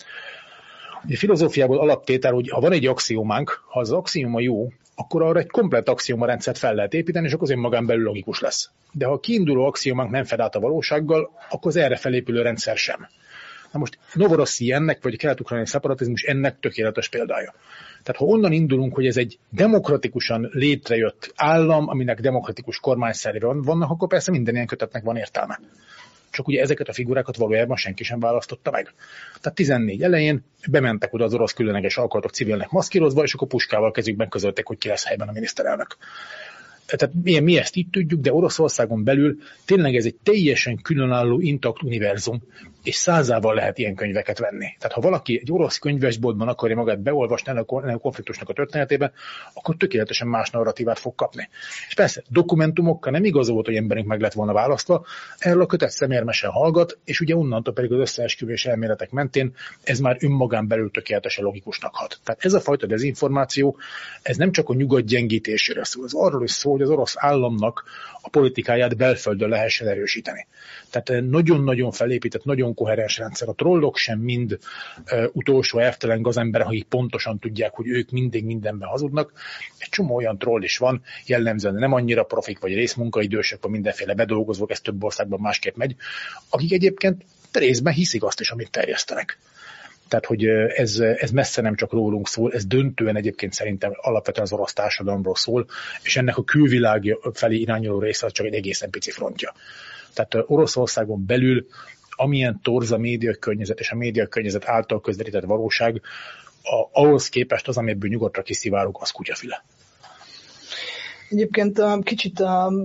a filozófiából alaptétel, hogy ha van egy axiómánk, ha az axióma jó, akkor arra egy komplett axiómarendszert fel lehet építeni, és akkor az önmagán belül logikus lesz. De ha a kiinduló axiómánk nem fed át a valósággal, akkor az erre felépülő rendszer sem. Na most Novorosszija ennek, vagy a kelet-ukrajnai szeparatizmus ennek tökéletes példája. Tehát ha onnan indulunk, hogy ez egy demokratikusan létrejött állam, aminek demokratikus kormányszerve vannak, akkor persze minden ilyen kötetnek van értelme. Csak ugye ezeket a figurákat valójában senki sem választotta meg. Tehát 14 elején bementek oda az orosz különleges alkalmatok civilnek maszkírozva, és akkor puskával kezükben közölték, hogy ki lesz helyben a miniszterelnök. Tehát mi ezt így tudjuk, de Oroszországon belül tényleg ez egy teljesen különálló, intakt univerzum, és százával lehet ilyen könyveket venni. Tehát ha valaki egy orosz könyvesboltban akarja magát beolvasni ennek a konfliktusnak a történetébe, akkor tökéletesen más narratívát fog kapni. És persze dokumentumokkal nem igazolt, hogy emberünk meg lett volna választva, erről a kötet szemérmesen hallgat, és ugye onnantól pedig az összeesküvés elméletek mentén ez már önmagán belül tökéletesen logikusnak hat. Tehát ez a fajta dezinformáció, ez nem csak a nyugat gyengítésére szól, ez arról is szól, hogy az orosz államnak a politikáját belföldön lehessen erősíteni. Tehát nagyon-nagyon felépített, nagyon koherens rendszer. A trollok sem mind utolsó elvtelen gazemberek, akik pontosan tudják, hogy ők mindig mindenben hazudnak. Egy csomó olyan troll is van, jellemzően nem annyira profik vagy részmunkaidősök, vagy mindenféle bedolgozók, ez több országban másképp megy, akik egyébként részben hiszik azt is, amit terjesztenek. Tehát, hogy ez messze nem csak rólunk szól, ez döntően egyébként szerintem alapvetően az orosz társadalomról szól, és ennek a külvilág felé irányuló része az csak egy egészen pici frontja. Tehát Oroszországon belül amilyen torz a médiakörnyezet és a médiakörnyezet által közvetített valóság, ahhoz képest az, amiből nyugatra kiszivárog, az kutyafüle. Egyébként kicsit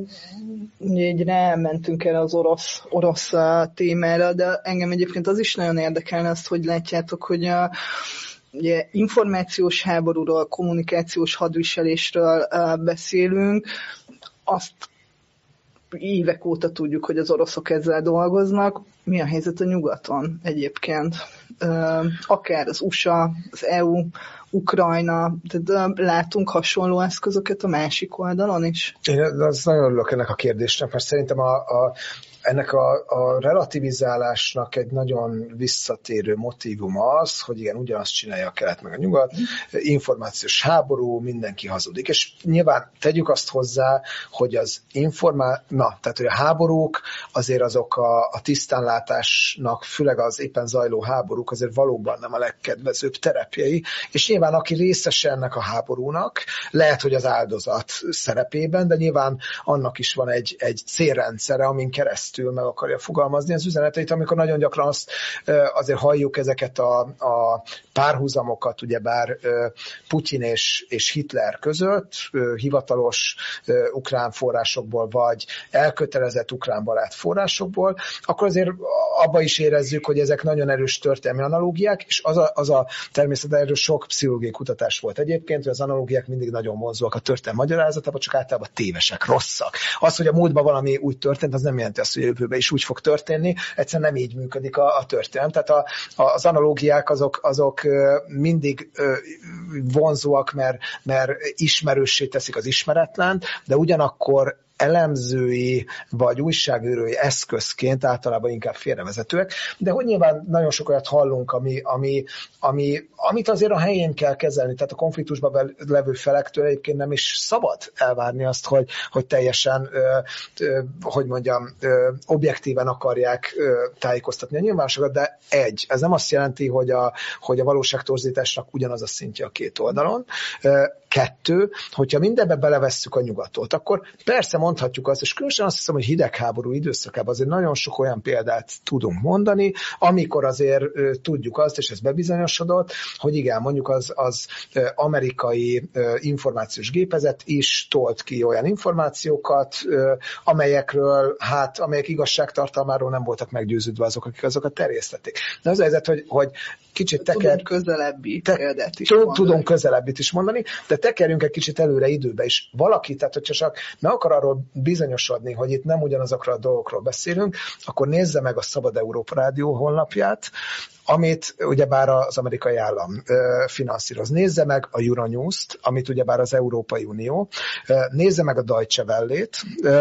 így rámentünk el az orosz témára, de engem egyébként az is nagyon érdekelne azt, hogy látjátok, hogy ugye információs háborúról, kommunikációs hadviselésről beszélünk, azt évek óta tudjuk, hogy az oroszok ezzel dolgoznak. Mi a helyzet a nyugaton egyébként? Akár az USA, az EU, Ukrajna, tehát látunk hasonló eszközöket a másik oldalon is? Én az nagyon örülök ennek a kérdésnek, mert szerintem ennek a relativizálásnak egy nagyon visszatérő motívuma az, hogy igen, ugyanazt csinálja a kelet meg a nyugat, információs háború, mindenki hazudik. És nyilván tegyük azt hozzá, hogy az tehát hogy a háborúk azért azok a tisztánlátásnak, főleg az éppen zajló háborúk azért valóban nem a legkedvezőbb terepjei, és nyilván aki részese ennek a háborúnak, lehet, hogy az áldozat szerepében, de nyilván annak is van egy célrendszere, amin keresztül meg akarja fogalmazni az üzeneteit, amikor nagyon gyakran azért halljuk ezeket a párhuzamokat, ugyebár Putyin és Hitler között, hivatalos ukrán forrásokból, vagy elkötelezett ukrán barát forrásokból, akkor azért abba is érezzük, hogy ezek nagyon erős történelmi analógiák, és természetesen erről sok pszichológiai kutatás volt egyébként, hogy az analógiák mindig nagyon vonzóak a történelem magyarázatában, csak általában tévesek, rosszak. Az, hogy a múltban valami úgy történt, az nem jelenti azt, hogy a jövőben is úgy fog történni, egyszerűen nem így működik a történelem. Tehát az analógiák azok mindig vonzóak, mert ismerőssé teszik az ismeretlent, de ugyanakkor elemzői vagy újságírói eszközként általában inkább félrevezetőek, de hogy nyilván nagyon sok olyat hallunk, amit azért a helyén kell kezelni, tehát a konfliktusban levő felektől egyébként nem is szabad elvárni azt, hogy teljesen, objektíven akarják tájékoztatni a nyilvánosságot, de ez nem azt jelenti, hogy a valóságtorzításnak ugyanaz a szintje a két oldalon. 2, hogyha mindenbe belevesszük a nyugatot, akkor persze mondhatjuk azt, és különösen azt hiszem, hogy hidegháború időszakában azért nagyon sok olyan példát tudunk mondani, amikor azért tudjuk azt, és ez bebizonyosodott, hogy igen, mondjuk az amerikai információs gépezet is tolt ki olyan információkat, amelyek igazságtartalmáról nem voltak meggyőződve azok, akik azokat terjesztették. De az a helyzet, hogy kicsit tudunk közelebbit is mondani, de tekerjünk egy kicsit előre időbe is. Valaki, tehát hogyha csak meg akar arról bizonyosodni, hogy itt nem ugyanazokról a dolgokról beszélünk, akkor nézze meg a Szabad Európa Rádió honlapját, amit ugyebár az amerikai állam finanszíroz. Nézze meg a Euronews-t, amit ugyebár az Európai Unió, nézze meg a Deutsche Welle-t,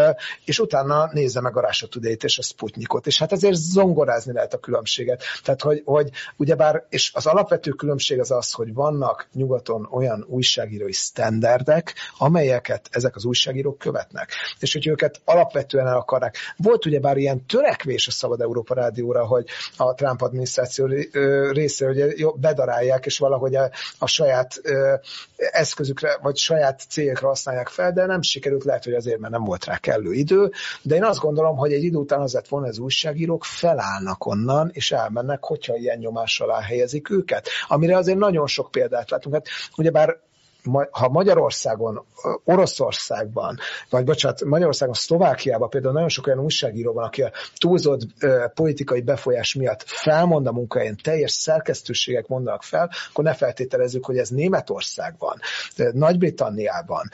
és utána nézze meg a Russia Today-t és a Sputnikot. És hát ezért zongorázni lehet a különbséget. Tehát, hogy ugyebár, és az alapvető különbség az, hogy vannak nyugaton olyan újságírói sztenderdek, amelyeket ezek az újságírók követnek. És hogy őket alapvetően el akarnak. Volt ugyebár ilyen törekvés a Szabad Európa Rádióra, hogy a Trump adminisztráció részre, hogy bedarálják, és valahogy a saját eszközükre, vagy saját célokra használják fel, de nem sikerült, lehet, hogy azért, mert nem volt rá kellő idő, de én azt gondolom, hogy egy idő után az lett volna, az újságírók felállnak onnan, és elmennek, hogyha ilyen nyomás alá helyezik őket. Amire azért nagyon sok példát látunk. Hát ugyebár ha Magyarországon, Oroszországban, Magyarországon, Szlovákiában például nagyon sok olyan újságíró van, aki a túlzott politikai befolyás miatt felmond a munkahelyen, teljes szerkesztőségek mondanak fel, akkor ne feltételezzük, hogy ez Németországban, Nagy-Britanniában,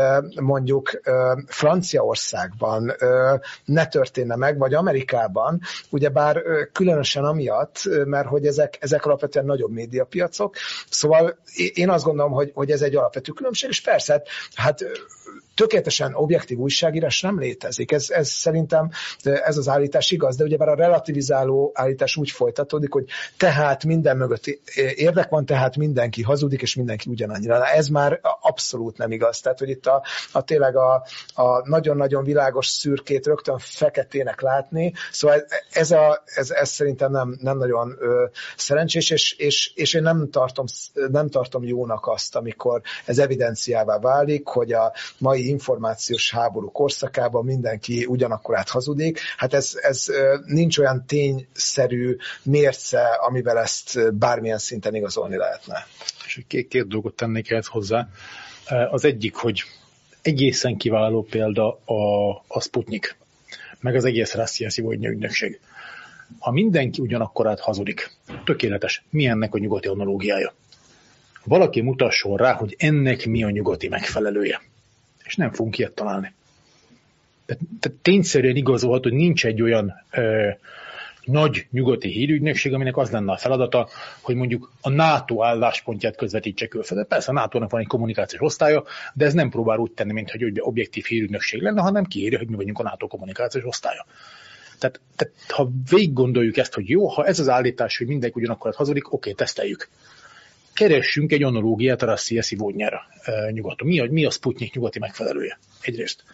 mondjuk Franciaországban ne történne meg, vagy Amerikában, ugyebár különösen amiatt, mert hogy ezek alapvetően nagyobb médiapiacok. Szóval én azt gondolom, hogy ez egy alapvető különbség, és persze, hát tökéletesen objektív újságírás nem létezik. Ez szerintem ez az állítás igaz, de ugyebár a relativizáló állítás úgy folytatódik, hogy tehát minden mögött érdek van, tehát mindenki hazudik, és mindenki ugyanannyira. Ez már abszolút nem igaz. Tehát, hogy itt tényleg a nagyon-nagyon világos szürkét rögtön feketének látni, szóval ez szerintem nem nagyon szerencsés, és én nem tartom jónak azt, amikor ez evidenciává válik, hogy a mai információs háború korszakában mindenki ugyanakkorát hazudik. Hát ez nincs olyan tényszerű mérce, amivel ezt bármilyen szinten igazolni lehetne. És két dolgot tennék ehhez hozzá. Az egyik, hogy egészen kiváló példa a Sputnik, meg az egész Rossziai Szivodnya ügynökség. Ha mindenki ugyanakkorát hazudik, tökéletes, mi ennek a nyugati analógiája? Valaki mutasson rá, hogy ennek mi a nyugati megfelelője. És nem fogunk ilyet találni. Tehát tényszerűen igazolható, hogy nincs egy olyan nagy nyugati hírügynökség, aminek az lenne a feladata, hogy mondjuk a NATO álláspontját közvetítse külföldre. Persze a NATO-nak van egy kommunikációs osztálya, de ez nem próbál úgy tenni, mintha egy objektív hírügynökség lenne, hanem kiírja, hogy mi vagyunk a NATO kommunikációs osztálya. Tehát ha végig gondoljuk ezt, hogy jó, ha ez az állítás, hogy mindenki ugyanakkor hazudik, oké, teszteljük. Keressünk egy analógiát a Rosszia szivódnyára nyugaton. Mi a Sputnik nyugati megfelelője? Egyrészt.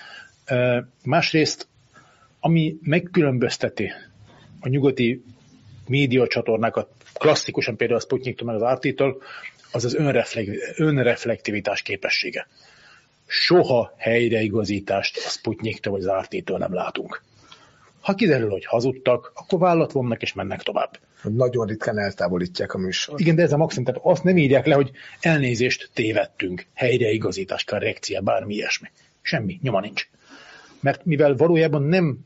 Másrészt, ami megkülönbözteti a nyugati médiacsatornákat, klasszikusan például a Sputniktól meg az RT-től, az az önreflektivitás képessége. Soha helyreigazítást a Sputniktől vagy az RT-től nem látunk. Ha kiderül, hogy hazudtak, akkor vállat vonnak és mennek tovább. Nagyon ritkán eltávolítják a műsort. Igen, de ez a maximum, tehát azt nem írják le, hogy elnézést, tévedtünk, helyreigazítás, korrekcia, bármi ilyesmi. Semmi, nyoma nincs. Mert mivel valójában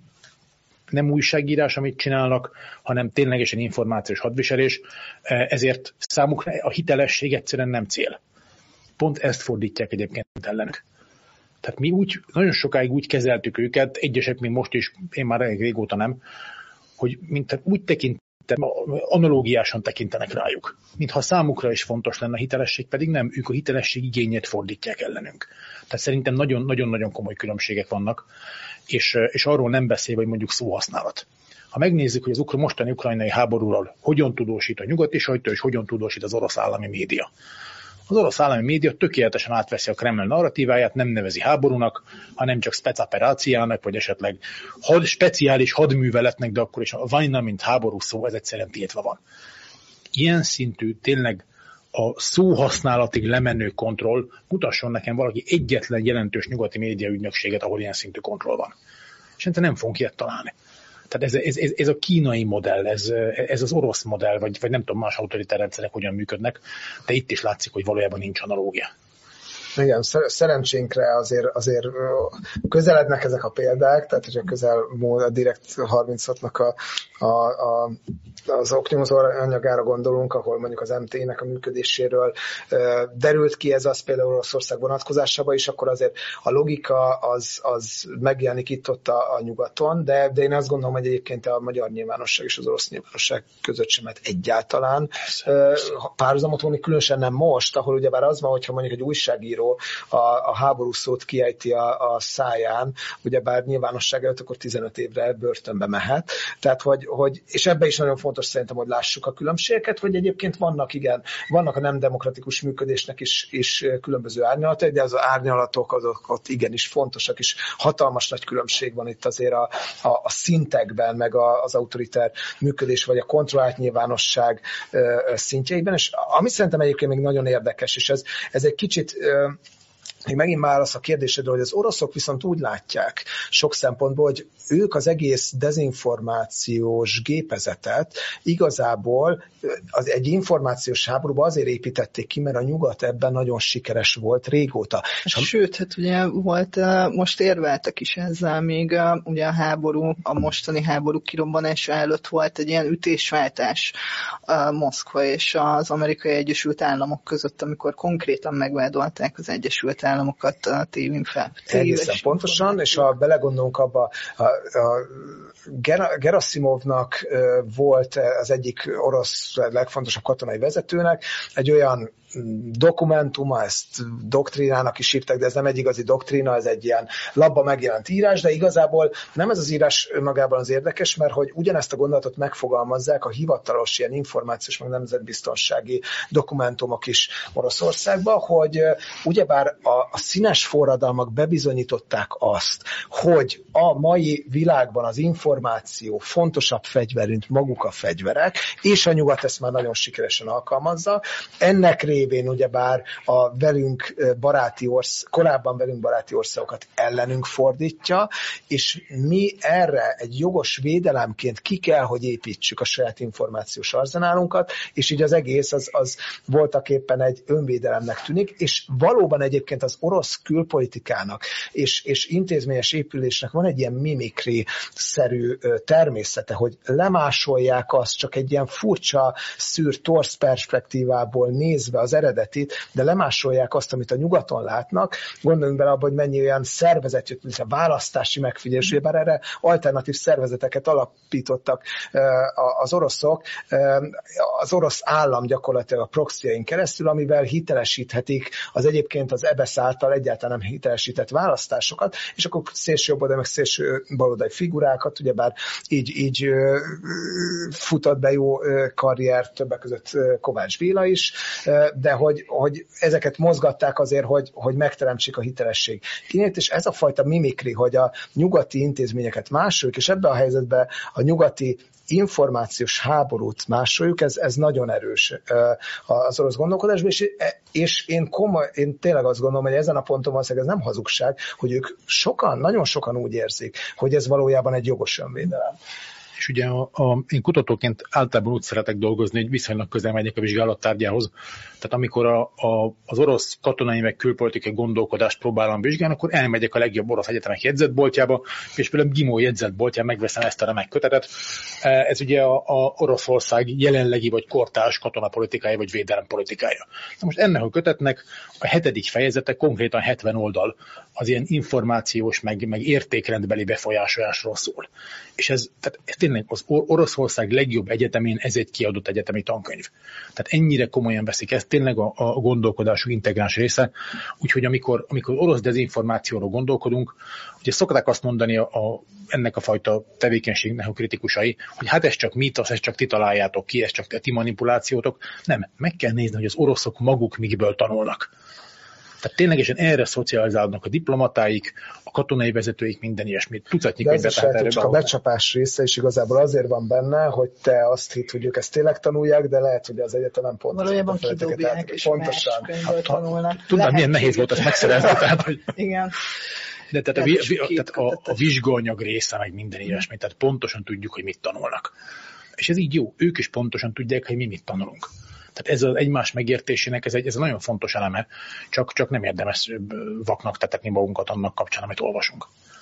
nem újságírás, amit csinálnak, hanem ténylegesen információs hadviselés, ezért számukra a hitelesség egyszerűen nem cél. Pont ezt fordítják egyébként ellenük. Tehát mi nagyon sokáig úgy kezeltük őket, egyesek még most is, én már elég régóta nem, hogy úgy analógiásan tekintenek rájuk. Mintha számukra is fontos lenne a hitelesség, pedig nem, ők a hitelesség igényét fordítják ellenünk. Tehát szerintem nagyon-nagyon komoly különbségek vannak, és arról nem beszélve, hogy mondjuk szóhasználat. Ha megnézzük, hogy az mostani ukrajnai háborúról hogyan tudósít a nyugati sajtó, és hogyan tudósít az orosz állami média. Az orosz állami média tökéletesen átveszi a Kreml narratíváját, nem nevezi háborúnak, hanem csak speceperáciának, vagy esetleg speciális hadműveletnek, de akkor is a vajna, mint háború szó, ez egyszerűen tiltva van. Ilyen szintű, tényleg a szóhasználatig lemenő kontroll, mutasson nekem valaki egyetlen jelentős nyugati médiaügynökséget, ahol ilyen szintű kontroll van. És nem fogunk ilyet találni. Tehát ez a kínai modell, ez az orosz modell, vagy nem tudom, más autoritár rendszerek hogyan működnek, de itt is látszik, hogy valójában nincs analógia. Igen, szerencsénkre azért közelednek ezek a példák, tehát hogyha a Direkt 36-nak az Optimus anyagára gondolunk, ahol mondjuk az MT-nek a működéséről derült ki ez az például Oroszország vonatkozásában is, akkor azért a logika az megjelenik itt-ott a nyugaton, de én azt gondolom, hogy egyébként a magyar nyilvánosság és az orosz nyilvánosság között sem lehet egyáltalán párhuzamot vonni, különösen nem most, ahol ugyebár az van, hogyha mondjuk egy újságíró a háború szót kiejti a száján, ugyebár nyilvánosság előtt, akkor 15 évre börtönbe mehet. Tehát, és ebben is nagyon fontos szerintem, hogy lássuk a különbségeket, hogy egyébként vannak a nem demokratikus működésnek is különböző árnyalatai, de az árnyalatok azok ott igenis fontosak, és hatalmas nagy különbség van itt azért a szintekben, meg az autoritár működés, vagy a kontrollált nyilvánosság szintjeiben, és ami szerintem egyébként még nagyon érdekes, és ez egy kicsit még megint válasz a kérdésedre, hogy az oroszok viszont úgy látják sok szempontból, hogy ők az egész dezinformációs gépezetet igazából egy információs háborúban azért építették ki, mert a nyugat ebben nagyon sikeres volt régóta. Sőt, hát ugye volt, most érveltek is ezzel, még ugye a mostani háború kirobbanása előtt volt egy ilyen ütésváltás Moszkva és az Amerikai Egyesült Államok között, amikor konkrétan megvádolták az Egyesült Államokat a tévén fel. Egészen pontosan, és ha belegondolunk abba, Gerasimovnak volt az egyik orosz legfontosabb katonai vezetőnek egy olyan dokumentuma, ezt doktrínának is írták, de ez nem egy igazi doktrína, ez egy ilyen labba megjelent írás, de igazából nem ez az írás önmagában az érdekes, mert hogy ugyanezt a gondolatot megfogalmazzák a hivatalos ilyen információs, meg nemzetbiztonsági dokumentumok is Oroszországban, hogy ugyebár a színes forradalmak bebizonyították azt, hogy a mai világban az információ fontosabb fegyver, mint maguk a fegyverek, és a nyugat ezt már nagyon sikeresen alkalmazza. Ennek révén ugyebár a korábban velünk baráti országokat ellenünk fordítja, és mi erre egy jogos védelemként ki kell, hogy építsük a saját információs arzenálunkat, és így az egész az voltaképpen egy önvédelemnek tűnik, és valóban egyébként az orosz külpolitikának és intézményes épülésnek van egy ilyen mimikri-szerű természete, hogy lemásolják azt csak egy ilyen furcsa, szűr, torz perspektívából nézve az eredetit, de lemásolják azt, amit a nyugaton látnak. Gondoljunk bele abba, hogy mennyi olyan szervezet jött, mint a választási megfigyelés, bár erre alternatív szervezeteket alapítottak az oroszok, az orosz állam gyakorlatilag a proxyain keresztül, amivel hitelesíthetik az egyébként az EBESZ által egyáltalán nem hitelesített választásokat, és akkor szélső jobboldali, meg szélső baloldali figurákat, ugyebár így futott be jó karrier, többek között Kovács Béla is, de hogy ezeket mozgatták azért, hogy megteremtsék a hitelesség tényét, és ez a fajta mimikri, hogy a nyugati intézményeket másoljuk, és ebben a helyzetben a nyugati információs háborút másoljuk, ez nagyon erős az orosz gondolkodásban, és én tényleg azt gondolom, hogy ezen a ponton valószínűleg ez nem hazugság, hogy ők nagyon sokan úgy érzik, hogy ez valójában egy jogos önvédelem. És ugye én kutatóként általában úgy szeretek dolgozni, hogy viszonylag közel megyek a vizsgálattárgyához. Tehát amikor az orosz katonai meg külpolitikai gondolkodást próbálom vizsgálni, akkor elmegyek a legjobb orosz egyetemek jegyzetboltjába, és például Gimó jegyzetboltján megveszem ezt a remek kötetet. Ez ugye a Oroszország jelenlegi vagy kortárs katonapolitikája vagy védelempolitikája. Na most ennek a kötetnek a 7. fejezete konkrétan 70 oldal az ilyen információs meg értékrendbeli befolyásolásról szól. És ez tényleg az Oroszország legjobb egyetemén ez egy kiadott egyetemi tankönyv. Tehát ennyire komolyan veszik ezt, tényleg a gondolkodásuk integráns része. Úgyhogy amikor orosz dezinformációról gondolkodunk, ugye szokták azt mondani ennek a fajta tevékenységnek a kritikusai, hogy hát ez csak mítosz, ez csak ti találjátok ki, ez csak ti manipulációtok. Nem, meg kell nézni, hogy az oroszok maguk mikből tanulnak. Tehát ténylegesen erre szocializálódnak a diplomatáik, a katonai vezetőik, minden ilyesmit. Tucatnyi könyvet tehát erre csak a becsapás része is igazából azért van benne, hogy te azt hidd, hogy ők ezt tényleg tanulják, de lehet, hogy az egyetemen pontosan. Valójában kidobják, és más könyvből tanulnak. Tudnád, milyen nehéz volt ezt megszerezni. Tehát, hogy... Igen. De tehát a vizsgaanyag része, meg minden ilyesmi, tehát pontosan tudjuk, hogy mit tanulnak. És ez így jó, ők is pontosan tudják, hogy mi mit tanulunk. Tehát ez az egymás megértésének ez egy nagyon fontos eleme, csak nem érdemes vaknak tetetni magunkat annak kapcsán, amit olvasunk.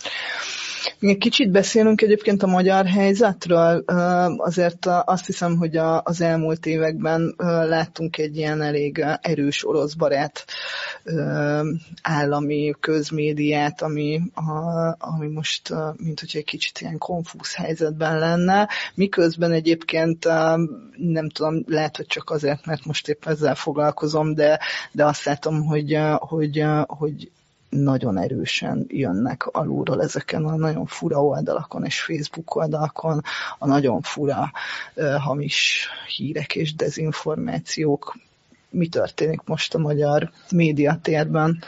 Még kicsit beszélünk egyébként a magyar helyzetről, azért azt hiszem, hogy az elmúlt években láttunk egy ilyen elég erős orosz barát állami közmédiát, ami most mint hogy egy kicsit ilyen konfúz helyzetben lenne, miközben egyébként nem tudom, lehet, hogy csak azért, mert most épp ezzel foglalkozom, de azt látom, hogy nagyon erősen jönnek alulról ezeken a nagyon fura oldalakon és Facebook oldalakon a nagyon fura hamis hírek és dezinformációk. Mi történik most a magyar médiatérben?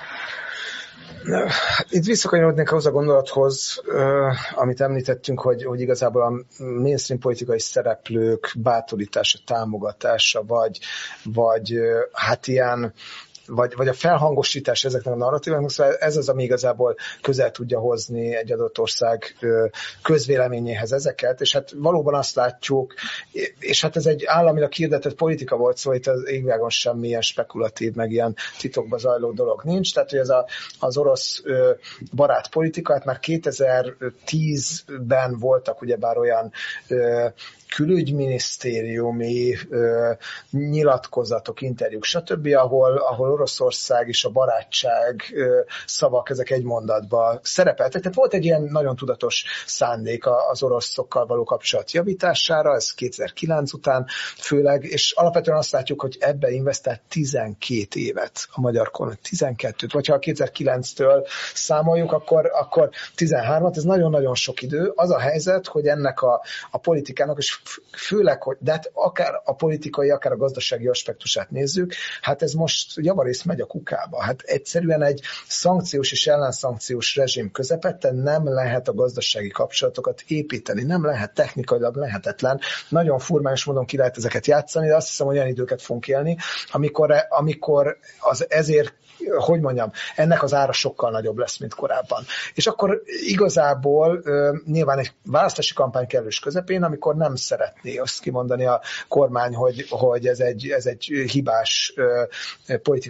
Itt visszakanyarodnék ahhoz a gondolathoz, amit említettünk, hogy igazából a mainstream politikai szereplők bátorítása, támogatása, vagy hát ilyen vagy a felhangosítás ezeknek a narratíváknak, szóval ez az, ami igazából közel tudja hozni egy adott ország közvéleményéhez ezeket, és hát valóban azt látjuk, és hát ez egy államilag hirdetett politika volt, szóval itt az égvilágon semmilyen spekulatív, meg ilyen titokba zajló dolog nincs, tehát hogy ez az orosz barát politika, hát már 2010-ben voltak ugyebár olyan külügyminisztériumi nyilatkozatok, interjúk, stb., ahol Oroszország és a barátság szavak, ezek egy mondatban szerepeltek. Tehát volt egy ilyen nagyon tudatos szándék az oroszokkal való kapcsolat javítására, ez 2009 után főleg, és alapvetően azt látjuk, hogy ebbe investált 12 évet a magyar kormány, 12-t, vagy ha 2009-től számoljuk, akkor 13-at, ez nagyon-nagyon sok idő. Az a helyzet, hogy ennek a politikának, és főleg, hogy de hát akár a politikai, akár a gazdasági aspektusát nézzük, hát ez most javarészt megy a kukába. Hát egyszerűen egy szankciós és ellenszankciós rezsim közepette nem lehet a gazdasági kapcsolatokat építeni, nem lehet, technikailag lehetetlen. Nagyon furmányos módon ki lehet ezeket játszani, de azt hiszem, hogy olyan időket fogunk élni, amikor ezért hogy mondjam, ennek az ára sokkal nagyobb lesz, mint korábban. És akkor igazából nyilván egy választási kampány kellős közepén, amikor nem szeretné azt kimondani a kormány, hogy ez egy hibás politikai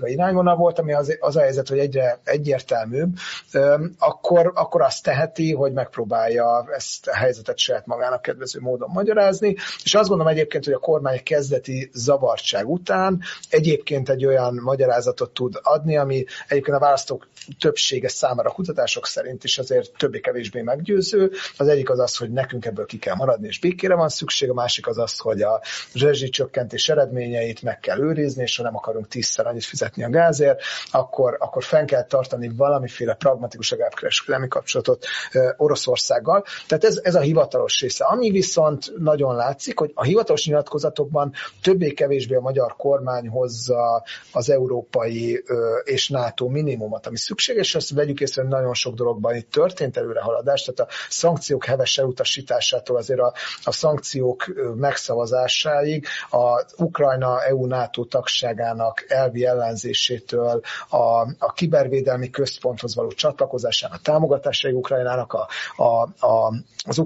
politikai irányvonal volt, ami az a helyzet, hogy egyre egyértelműbb, akkor azt teheti, hogy megpróbálja ezt a helyzetet saját magának kedvező módon magyarázni, és azt gondolom egyébként, hogy a kormány kezdeti zavartság után egyébként egy olyan magyarázatot tud adni, ami egyébként a választók többsége számára a kutatások szerint is azért többé-kevésbé meggyőző. Az egyik az, hogy nekünk ebből ki kell maradni, és békére van szükség, a másik az, hogy a rezsicsökkentés eredményeit meg kell őrizni, és ha nem akarunk 10-szer annyit fizetni a gázért, akkor fenn kell tartani valamiféle pragmatikus kereskedelmi kapcsolatot Oroszországgal. Tehát ez a hivatalos része. Ami viszont nagyon látszik, hogy a hivatalos nyilatkozatokban többé-kevésbé a magyar kormány hozza az európai és NATO minimumot, ami szükséges, azt vegyük észre, hogy nagyon sok dologban itt történt előrehaladás, tehát a szankciók heves elutasításától azért a szankciók megszavazásáig, az Ukrajna EU-NATO tagságának elvi ellenzésétől, a kibervédelmi központhoz való csatlakozásának, támogatásáig Ukrajnának, az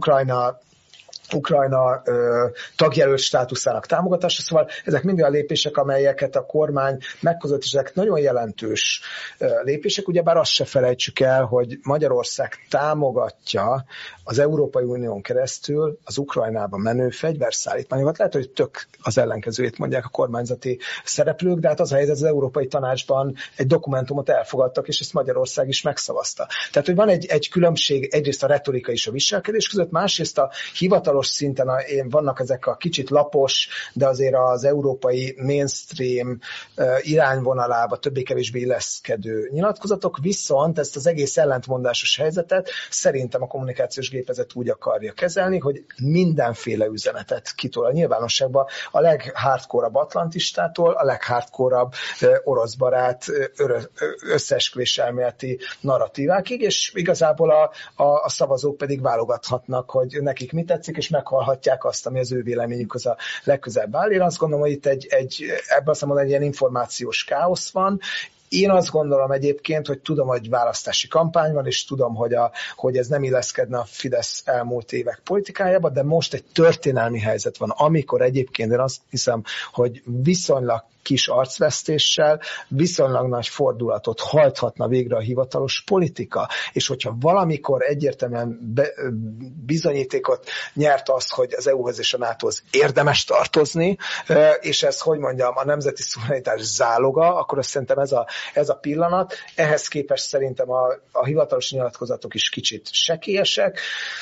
Ukrajna tagjelölt státuszának támogatása, szóval ezek mind olyan lépések, amelyeket a kormány meghozott, és ezek nagyon jelentős lépések, ugyebár azt se felejtsük el, hogy Magyarország támogatja az Európai Unión keresztül az Ukrajnába menő fegyverszállítmányokat. Lehet, hogy tök az ellenkezőjét mondják a kormányzati szereplők, de hát az a helyzet, az Európai Tanácsban egy dokumentumot elfogadtak, és ezt Magyarország is megszavazta. Tehát, hogy van egy különbség egyrészt a retorika és a viselkedés között, másrészt a hivatalos szinten vannak ezek a kicsit lapos, de azért az európai mainstream irányvonalába többé-kevésbé illeszkedő nyilatkozatok, viszont ezt az egész ellentmondásos helyzetet szerintem a kommunikációs gépezet úgy akarja kezelni, hogy mindenféle üzenetet kitol a nyilvánosságba, a leghardcore-abb atlantistától, a leghardcore-abb oroszbarát összeesküvés elméleti narratívákig, és igazából a szavazók pedig válogathatnak, hogy nekik mi tetszik, és meghallhatják azt, ami az ő véleményük az a legközelebb áll. Én azt gondolom, hogy itt ebben azt mondom, egy ilyen információs káosz van. Én azt gondolom egyébként, hogy tudom, hogy választási kampány van, és tudom, hogy ez nem illeszkedne a Fidesz elmúlt évek politikájába, de most egy történelmi helyzet van, amikor egyébként én azt hiszem, hogy viszonylag kis arcvesztéssel viszonylag nagy fordulatot hajthatna végre a hivatalos politika. És hogyha valamikor egyértelműen bizonyítékot nyert az, hogy az EU-hoz és a NATO-hoz érdemes tartozni, és ez, hogy mondjam, a nemzeti szuverenitás záloga, akkor azt szerintem ez a pillanat. Ehhez képest szerintem a hivatalos nyilatkozatok is kicsit sekélyesek,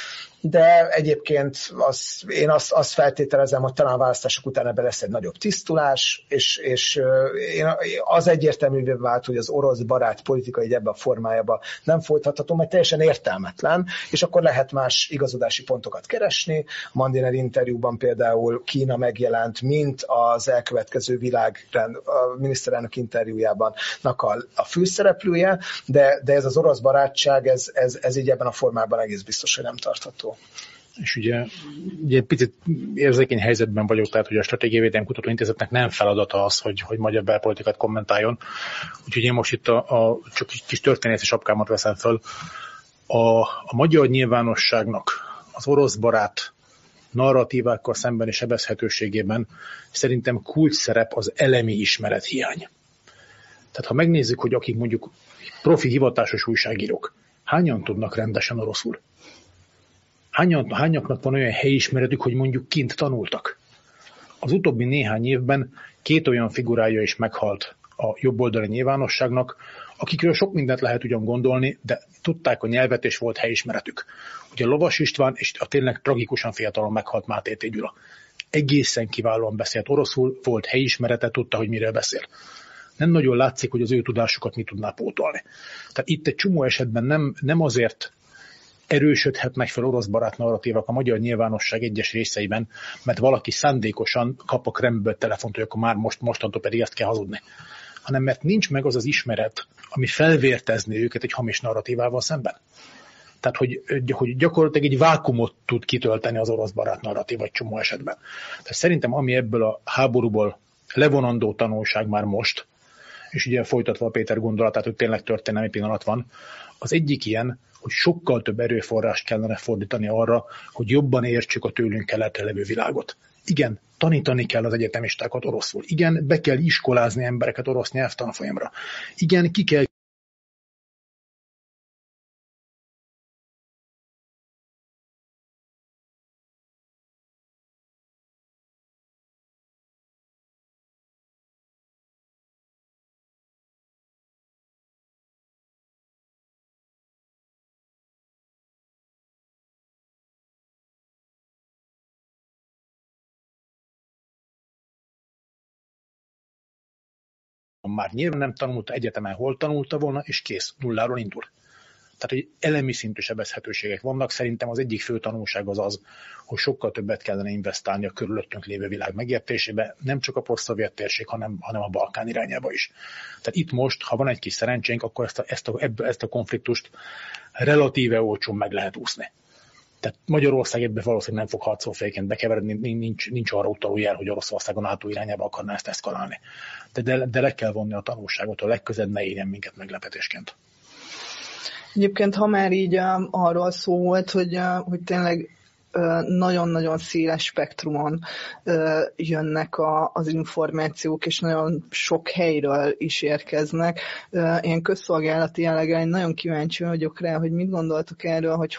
de egyébként én azt feltételezem, hogy talán a választások után ebben lesz egy nagyobb tisztulás, és az egyértelművé vált, hogy az orosz barát politika így ebben a formájában nem folytatható, mert teljesen értelmetlen, és akkor lehet más igazodási pontokat keresni. A Mandiner interjúban például Kína megjelent, mint az elkövetkező világrend, a miniszterelnök interjújában a főszereplője, de ez az orosz barátság, ez így ebben a formában egész biztos, hogy nem tartható. És ugye picit érzékeny helyzetben vagyok, tehát hogy a Stratégiai Védelmi Kutatóintézetnek nem feladata az, hogy magyar belpolitikát kommentáljon. Úgyhogy én most itt csak kis történészi sapkámat veszem föl. A magyar nyilvánosságnak az orosz barát narratívákkal szembeni sebezhetőségében szerintem kulcs szerep az elemi ismeret hiány. Tehát ha megnézzük, hogy akik mondjuk profi hivatásos újságírók, hányan tudnak rendesen oroszul? Hányaknak van olyan helyismeretük, hogy mondjuk kint tanultak? Az utóbbi néhány évben 2 olyan figurája is meghalt a jobboldali nyilvánosságnak, akikről sok mindent lehet ugyan gondolni, de tudták a nyelvet, és volt helyismeretük. Ugye Lovas István és a tényleg tragikusan fiatalon meghalt Máté T. Gyula. Egészen kiválóan beszélt oroszul, volt helyismerete, tudta, hogy miről beszél. Nem nagyon látszik, hogy az ő tudásukat mi tudná pótolni. Tehát itt egy csomó esetben nem azért erősödhetnek fel orosz barát narratívak a magyar nyilvánosság egyes részeiben, mert valaki szándékosan kap a Kremlből telefont, hogy akkor már mostantól pedig ezt kell hazudni. Hanem mert nincs meg az az ismeret, ami felvértezni őket egy hamis narratívával szemben. Tehát, hogy gyakorlatilag egy vákumot tud kitölteni az orosz barát narratíva egy csomó esetben. Tehát szerintem, ami ebből a háborúból levonandó tanulság már most, és ugye folytatva a Péter gondolatát, hogy tényleg történelmi pillanat van, az egyik ilyen, hogy sokkal több erőforrást kellene fordítani arra, hogy jobban értsük a tőlünk keletre levő világot. Igen, tanítani kell az egyetemistákat oroszul. Igen, be kell iskolázni embereket orosz nyelvtanfolyamra. Igen, ki kell már nyilván nem tanulta, egyetemen hol tanulta volna, és kész, nulláról indul. Tehát, hogy elemi szintű sebezhetőségek vannak, szerintem az egyik fő tanulság az, hogy sokkal többet kellene investálni a körülöttünk lévő világ megértésébe, nem csak a poszt-szovjet térség, hanem a Balkán irányába is. Tehát itt most, ha van egy kis szerencsénk, akkor ezt a konfliktust relatíve olcsón meg lehet úszni. Tehát Magyarország ebben valószínűleg nem fog harcolfejként bekeveredni, nincs arra utaló jel, hogy Oroszország a NATO irányába akarná ezt eszkalálni. De le kell vonni a tanulságot, a legközelebb ne érjen minket meglepetésként. Egyébként, ha már így arról szó volt, hogy tényleg nagyon-nagyon széles spektrumon jönnek az információk, és nagyon sok helyről is érkeznek. Ilyen közszolgálati jelleggel nagyon kíváncsi vagyok rá, hogy mit gondoltok erről, hogy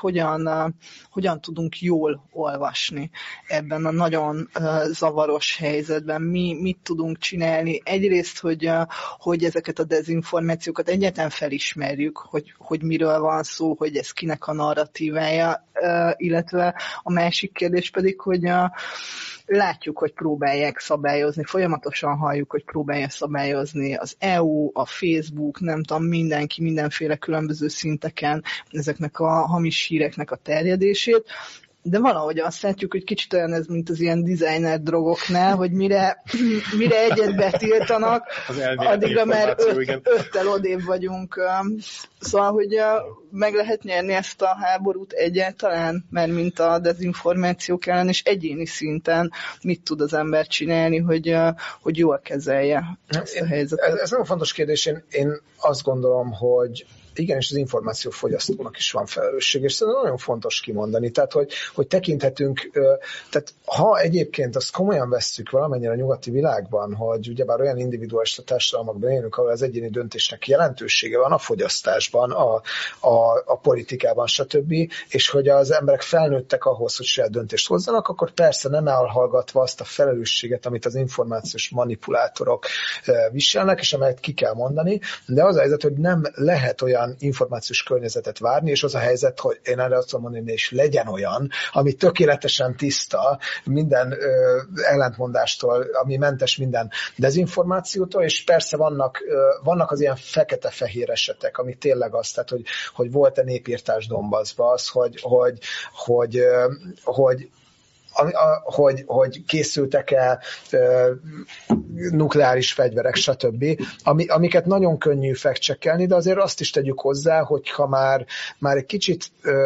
hogyan tudunk jól olvasni ebben a nagyon zavaros helyzetben. Mit tudunk csinálni? Egyrészt, hogy ezeket a dezinformációkat egyáltalán felismerjük, hogy miről van szó, hogy ez kinek a narratívája, illetve a másik kérdés pedig, hogy látjuk, hogy próbálják szabályozni, folyamatosan halljuk, hogy próbálja szabályozni az EU, a Facebook, nem tudom, mindenki, mindenféle különböző szinteken ezeknek a hamis híreknek a terjedését. De valahogy azt látjuk, hogy kicsit olyan ez, mint az ilyen designer drogoknál, hogy mire egyet betiltanak, addigra már öttel odébb vagyunk. Szóval, hogy meg lehet nyerni ezt a háborút egyáltalán, mert mint a dezinformációk ellen, és egyéni szinten mit tud az ember csinálni, hogy jól kezelje ezt a helyzetet. Ez nagyon fontos kérdés. Én azt gondolom, hogy igenis az információfogyasztónak is van felelősség, és szerintem nagyon fontos kimondani, tehát hogy tekinthetünk, tehát ha egyébként azt komolyan vesszük valamennyire a nyugati világban, hogy ugyebár olyan individualista társadalmakban élünk, ahol az egyéni döntésnek jelentősége van a fogyasztásban, a politikában, stb., és hogy az emberek felnőttek ahhoz, hogy saját döntést hozzanak, akkor persze nem elhallgatva azt a felelősséget, amit az információs manipulátorok viselnek, és amelyet ki kell mondani, de az a helyzet, hogy nem lehet olyan információs környezetet várni, és az a helyzet, hogy én erre azt tudom mondani, és legyen olyan, ami tökéletesen tiszta minden ellentmondástól, ami mentes minden dezinformációtól, és persze vannak az ilyen fekete-fehér esetek, ami tényleg az, tehát, hogy volt-e népírtás Donbassban, az, hogy készültek-e nukleáris fegyverek, stb., amiket nagyon könnyű fact-checkelni, de azért azt is tegyük hozzá, hogyha már egy kicsit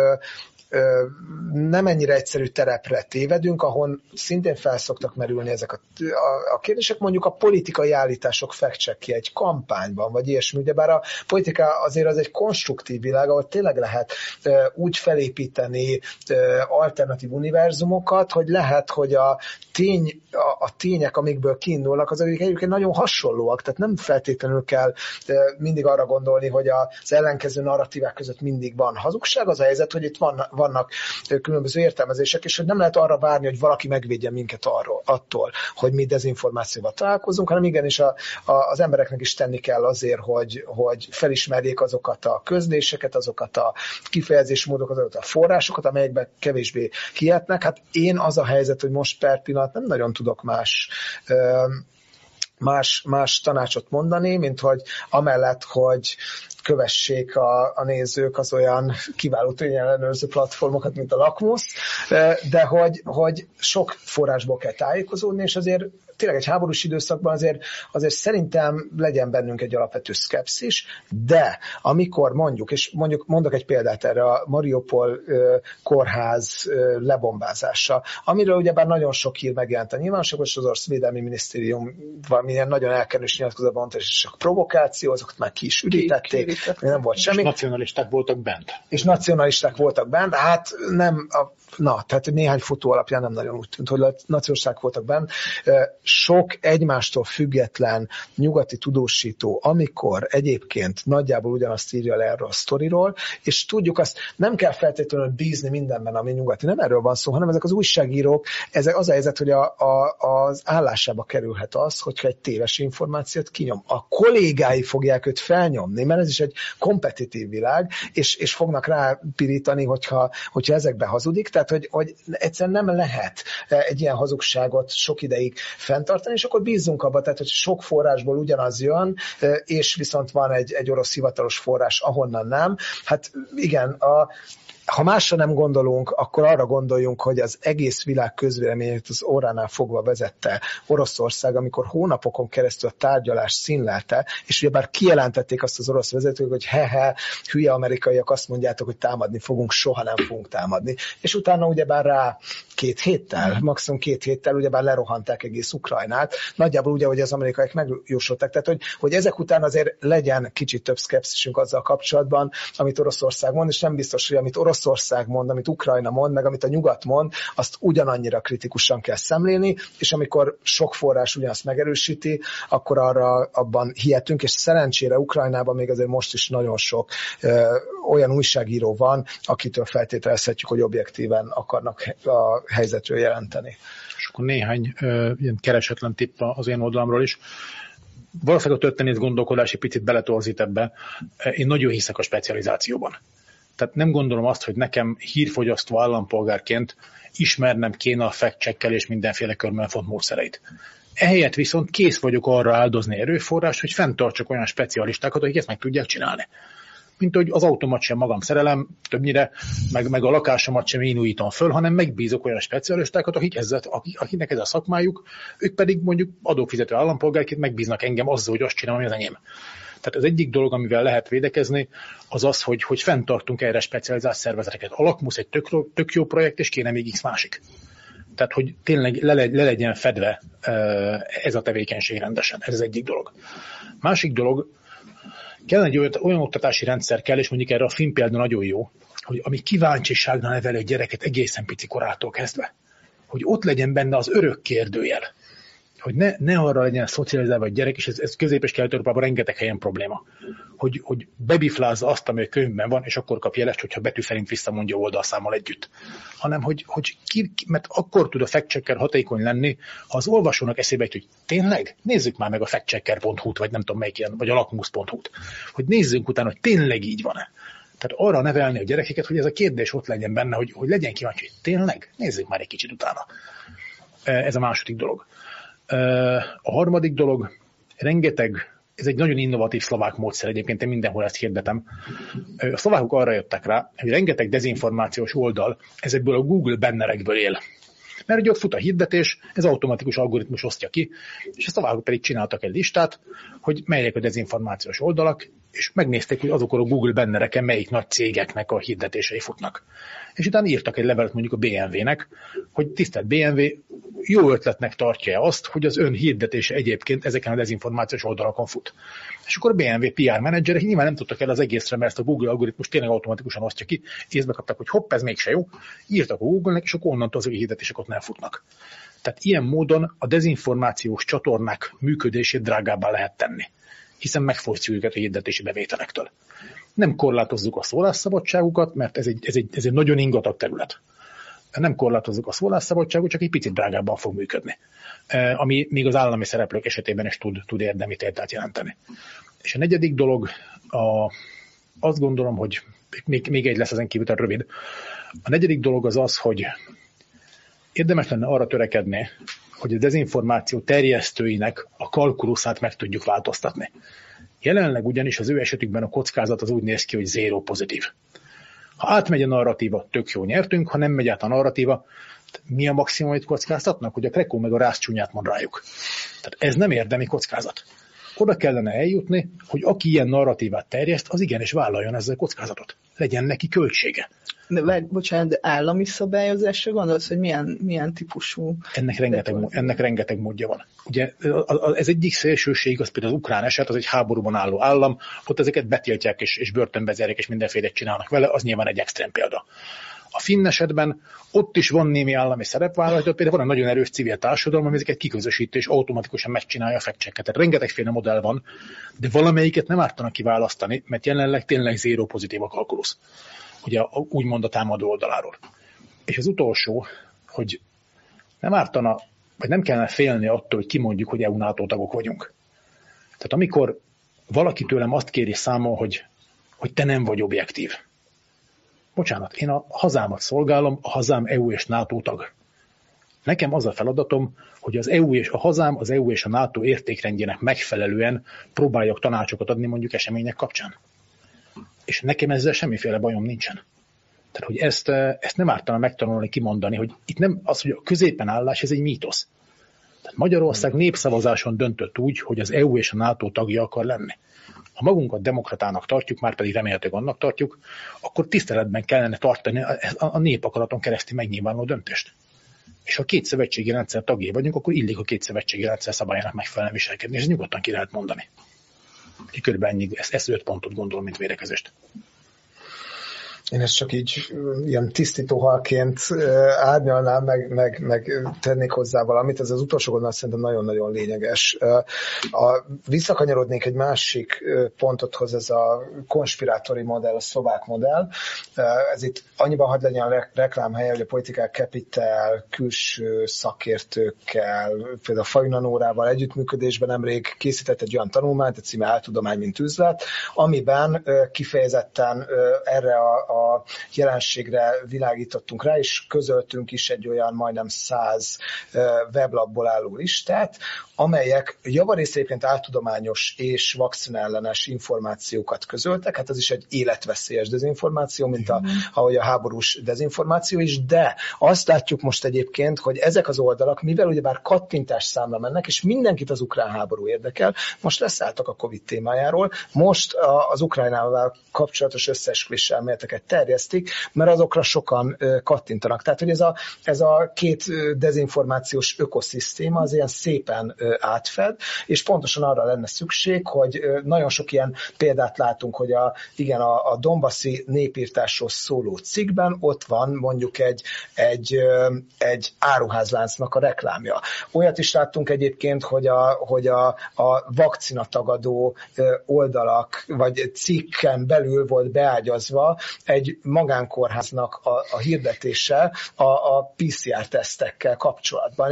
nem ennyire egyszerű terepre tévedünk, ahol szintén felszoktak merülni ezek a kérdések, mondjuk a politikai állítások fact-checkje egy kampányban, vagy ilyesmi, de bár a politika azért az egy konstruktív világ, ahol tényleg lehet úgy felépíteni alternatív univerzumokat, hogy lehet, hogy a tények, amikből kiindulnak, azok egyébként nagyon hasonlóak, tehát nem feltétlenül kell mindig arra gondolni, hogy az ellenkező narratívák között mindig van hazugság, az a helyzet, hogy itt vannak különböző értelmezések, és hogy nem lehet arra várni, hogy valaki megvédje minket attól, hogy mi dezinformációval találkozunk, hanem igenis az embereknek is tenni kell azért, hogy felismerjék azokat a közléseket, azokat a kifejezésmódokat, azokat a forrásokat, amelyekben kevésbé hihetnek. Hát én az a helyzet, hogy most per pillanat nem nagyon tudok más tanácsot mondani, mint hogy amellett, hogy kövessék a nézők az olyan kiváló tényellenőrző platformokat, mint a Lakmus, de hogy sok forrásból kell tájékozódni, és azért tényleg egy háborús időszakban azért szerintem legyen bennünk egy alapvető szkepszis, de amikor mondok egy példát erre, a Mariupol kórház lebombázása, amiről ugyebár nagyon sok hír megjelent a nyilvánosságban, és az Orosz Védelmi Minisztérium valamilyen nagyon elkerülés nyilatkozatban mondta, és csak provokáció, azokat már ki is ürítették, nem volt semmi. És nacionalisták voltak bent. Hát nem, tehát néhány fotó alapján nem nagyon úgy tűnt, hogy nacionalisták voltak bent. Sok egymástól független nyugati tudósító, amikor egyébként nagyjából ugyanazt írja le erről a sztoriról, és tudjuk azt, nem kell feltétlenül bízni mindenben, ami nyugati, nem erről van szó, hanem ezek az újságírók, ezek az a helyzet, hogy az állásába kerülhet az, hogyha egy téves információt kinyom. A kollégái fogják őt felnyomni, mert ez is egy kompetitív világ, és fognak rápirítani, hogyha ezekbe hazudik, tehát hogy egyszerűen nem lehet egy ilyen hazugságot sok ideig fenntartani, és akkor bízzunk abba, tehát hogy sok forrásból ugyanaz jön, és viszont van egy orosz hivatalos forrás, ahonnan nem. Hát igen, ha másra nem gondolunk, akkor arra gondoljunk, hogy az egész világ közvéleményét az orránál fogva vezette Oroszország, amikor hónapokon keresztül a tárgyalás színlelte, és ugyebár kijelentették azt az orosz vezetők, hogy hülye amerikaiak, azt mondjátok, hogy támadni fogunk, soha nem fogunk támadni. És utána ugyebár rá maximum két héttel ugyebár lerohanták egész Ukrajnát. Nagyjából úgy, ahogy az amerikaiak megjósolták. Tehát, hogy ezek után azért legyen kicsit több szkepszisünk azzal kapcsolatban, amit Oroszország mond, és nem biztos, hogy amit Oroszország mond, amit Ukrajna mond, meg amit a nyugat mond, azt ugyanannyira kritikusan kell szemlélni, és amikor sok forrás ugyanazt megerősíti, akkor abban hihetünk, és szerencsére Ukrajnában még azért most is nagyon sok olyan újságíró van, akitől feltételezhetjük, hogy objektíven akarnak a helyzetről jelenteni. És akkor néhány ilyen keresetlen tipp az én oldalamról is. Valószínűleg a történész gondolkodás egy picit beletorzít ebbe. Én nagyon hiszek a specializációban. Tehát nem gondolom azt, hogy nekem hírfogyasztó állampolgárként ismernem kéne a fact-checkelés mindenféle körmönfont módszereit. Ehelyett viszont kész vagyok arra áldozni erőforrást, hogy fenntartsak olyan specialistákat, akik ezt meg tudják csinálni. Mint hogy az automat sem magam szerelem, többnyire, meg a lakásomat sem én újítom föl, hanem megbízok olyan specialistákat, akiknek ez a szakmájuk, ők pedig mondjuk adófizető állampolgárként megbíznak engem azzal, hogy azt csinálom, ami az enyém. Tehát az egyik dolog, amivel lehet védekezni, az az, hogy fenntartunk erre specializált szervezeteket. A Lakmus egy tök jó projekt, és kéne még X másik. Tehát, hogy tényleg le legyen fedve ez a tevékenység rendesen. Ez az egyik dolog. Másik dolog, kellene egy olyan oktatási rendszer kell, és mondjuk erre a film példa nagyon jó, hogy ami kíváncsiságra nevelő gyereket egészen pici korától kezdve. Hogy ott legyen benne az örök kérdőjel. Hogy ne arra legyen szocializálva a gyerek, és ez Közép- és Kelet-Európában rengeteg helyen probléma. Hogy bebiflázza azt, ami a könyvben van, és akkor kap jelest, hogyha betű szerint visszamondja oldalszámmal együtt. Hanem, mert akkor tud a fact-checker hatékony lenni, ha az olvasónak eszébe jut, hogy tényleg, nézzük már meg a factchecker.hu-t, vagy nem tudom melyik ilyen, vagy a lakmus.hu-t, hogy nézzünk utána, hogy tényleg így van-e. Tehát arra nevelni a gyerekeket, hogy ez a kérdés ott legyen benne, hogy legyen kíváncsi, hogy tényleg, nézzük már egy kicsit utána. Ez a második dolog. A harmadik dolog, ez egy nagyon innovatív szlovák módszer, egyébként én mindenhol ezt hirdetem. A szlovákok arra jöttek rá, hogy rengeteg dezinformációs oldal ezekből a Google bannerekből él. Mert ugye ott fut a hirdetés, ez automatikus algoritmus osztja ki, és a szlovákok pedig csináltak egy listát, hogy melyek a dezinformációs oldalak, és megnézték, hogy azokon a Google bannereken melyik nagy cégeknek a hirdetései futnak. És utána írtak egy levelet mondjuk a BMW-nek, hogy tisztelt BMW, jó ötletnek tartja azt, hogy az ön hirdetése egyébként ezeken a dezinformációs oldalakon fut. És akkor a BMW PR menedzserek nyilván nem tudtak el az egészre, mert ezt a Google algoritmus tényleg automatikusan osztja ki, észbe kaptak, hogy hopp, ez mégse jó, írtak a Google-nek, és akkor onnantól azok a hirdetések ott nem futnak. Tehát ilyen módon a dezinformációs csatornák működését drágábbá lehet tenni, hiszen megfosztjuk őket a hirdetési bevételektől. Nem korlátozzuk a szólásszabadságukat, mert ez egy nagyon ingatag terület. Nem korlátozzuk a szólásszabadságot, csak egy picit drágábban fog működni. Ami még az állami szereplők esetében is tud érdemi tételt jelenteni. És a negyedik dolog, azt gondolom, hogy még egy lesz ezen kívül, tehát rövid. A negyedik dolog az az, hogy érdemes lenne arra törekedni, hogy a dezinformáció terjesztőinek a kalkuluszát meg tudjuk változtatni. Jelenleg ugyanis az ő esetükben a kockázat az úgy néz ki, hogy 0 pozitív. Ha átmegy a narratíva, tök jó, nyertünk, ha nem megy át a narratíva, mi a maximum, amit kockáztatnak? Hogy a Krekó meg a rász csúnyát mond rájuk. Tehát ez nem érdemi kockázat. Oda kellene eljutni, hogy aki ilyen narratívát terjeszt, az igenis vállaljon ezzel kockázatot. Legyen neki költsége. De állami szabályozásra gondolsz, hogy milyen típusú? Ennek rengeteg módja van. Ugye ez egyik szélsőség, az például az ukrán eset, az egy háborúban álló állam, ott ezeket betiltják és börtönbe zárják, és mindenféle csinálnak vele, az nyilván egy extrém példa. A finn esetben ott is van némi állami szerepvállalás, de például van egy nagyon erős civil társadalom, ami ezeket kiközösíti, és automatikusan megcsinálja a fact-checket. Tehát rengetegféle modell van, de valamelyiket nem ártana kiválasztani, mert jelenleg tényleg zéró pozitív a kalkulusz. Ugye úgymond a támadó oldaláról. És az utolsó, hogy nem ártana, vagy nem kellene félni attól, hogy kimondjuk, hogy EU-NATO tagok vagyunk. Tehát amikor valaki tőlem azt kéri számon, hogy te nem vagy objektív. Bocsánat, én a hazámat szolgálom, a hazám EU és NATO tag. Nekem az a feladatom, hogy az EU és a hazám, az EU és a NATO értékrendjének megfelelően próbáljak tanácsokat adni mondjuk események kapcsán. És nekem ezzel semmiféle bajom nincsen. Tehát, hogy ezt nem ártana megtanulni, kimondani, hogy itt nem az, hogy a középen állás, ez egy mítosz. Tehát Magyarország népszavazáson döntött úgy, hogy az EU és a NATO tagja akar lenni. Ha magunkat demokratának tartjuk, már pedig remélhetőleg annak tartjuk, akkor tiszteletben kellene tartani a népakaraton keresztül megnyilvánuló döntést. És ha két szövetségi rendszer tagjai vagyunk, akkor illik a két szövetségi rendszer szabályának megfelelően viselkedni, és ezt nyugodtan ki lehet mondani. Körülbelül ennyi, ezt 5 pontot gondolom, mint védekezést. Én ezt csak így ilyen tisztítóhalként árnyalnám, meg tennék hozzá valamit. Ez az utolsó gondolat szerintem nagyon-nagyon lényeges. Visszakanyarodnék egy másik pontothoz, ez a konspirátori modell, a szlovák modell. Ez itt annyiban hadd legyen a reklámhelye, hogy a Political Capital külső szakértőkkel, például Fajunan Nórával együttműködésben nemrég készített egy olyan tanulmányt, a címe Áltudomány, mint üzlet, amiben kifejezetten erre a jelenségre világítottunk rá, és közöltünk is egy olyan majdnem 100 weblapból álló listát, amelyek javarészt egyébként áltudományos és vakcinaellenes információkat közöltek, hát ez is egy életveszélyes dezinformáció, mint ahogy a háborús dezinformáció is, de azt látjuk most egyébként, hogy ezek az oldalak, mivel ugyebár kattintás számra mennek, és mindenkit az ukrán háború érdekel, most leszálltak a Covid témájáról, most az Ukrajnával kapcsolatos összeesküvés elméleteket terjesztik, mert azokra sokan kattintanak. Tehát, hogy ez a két dezinformációs ökoszisztéma az ilyen szépen átfed, és pontosan arra lenne szükség, hogy nagyon sok ilyen példát látunk, hogy a donbassi népírtásról szóló cikkben ott van mondjuk egy áruházláncnak a reklámja. Olyat is láttunk egyébként, hogy a vakcinatagadó oldalak vagy cikken belül volt beágyazva egy magánkórháznak a hirdetése a PCR-tesztekkel kapcsolatban.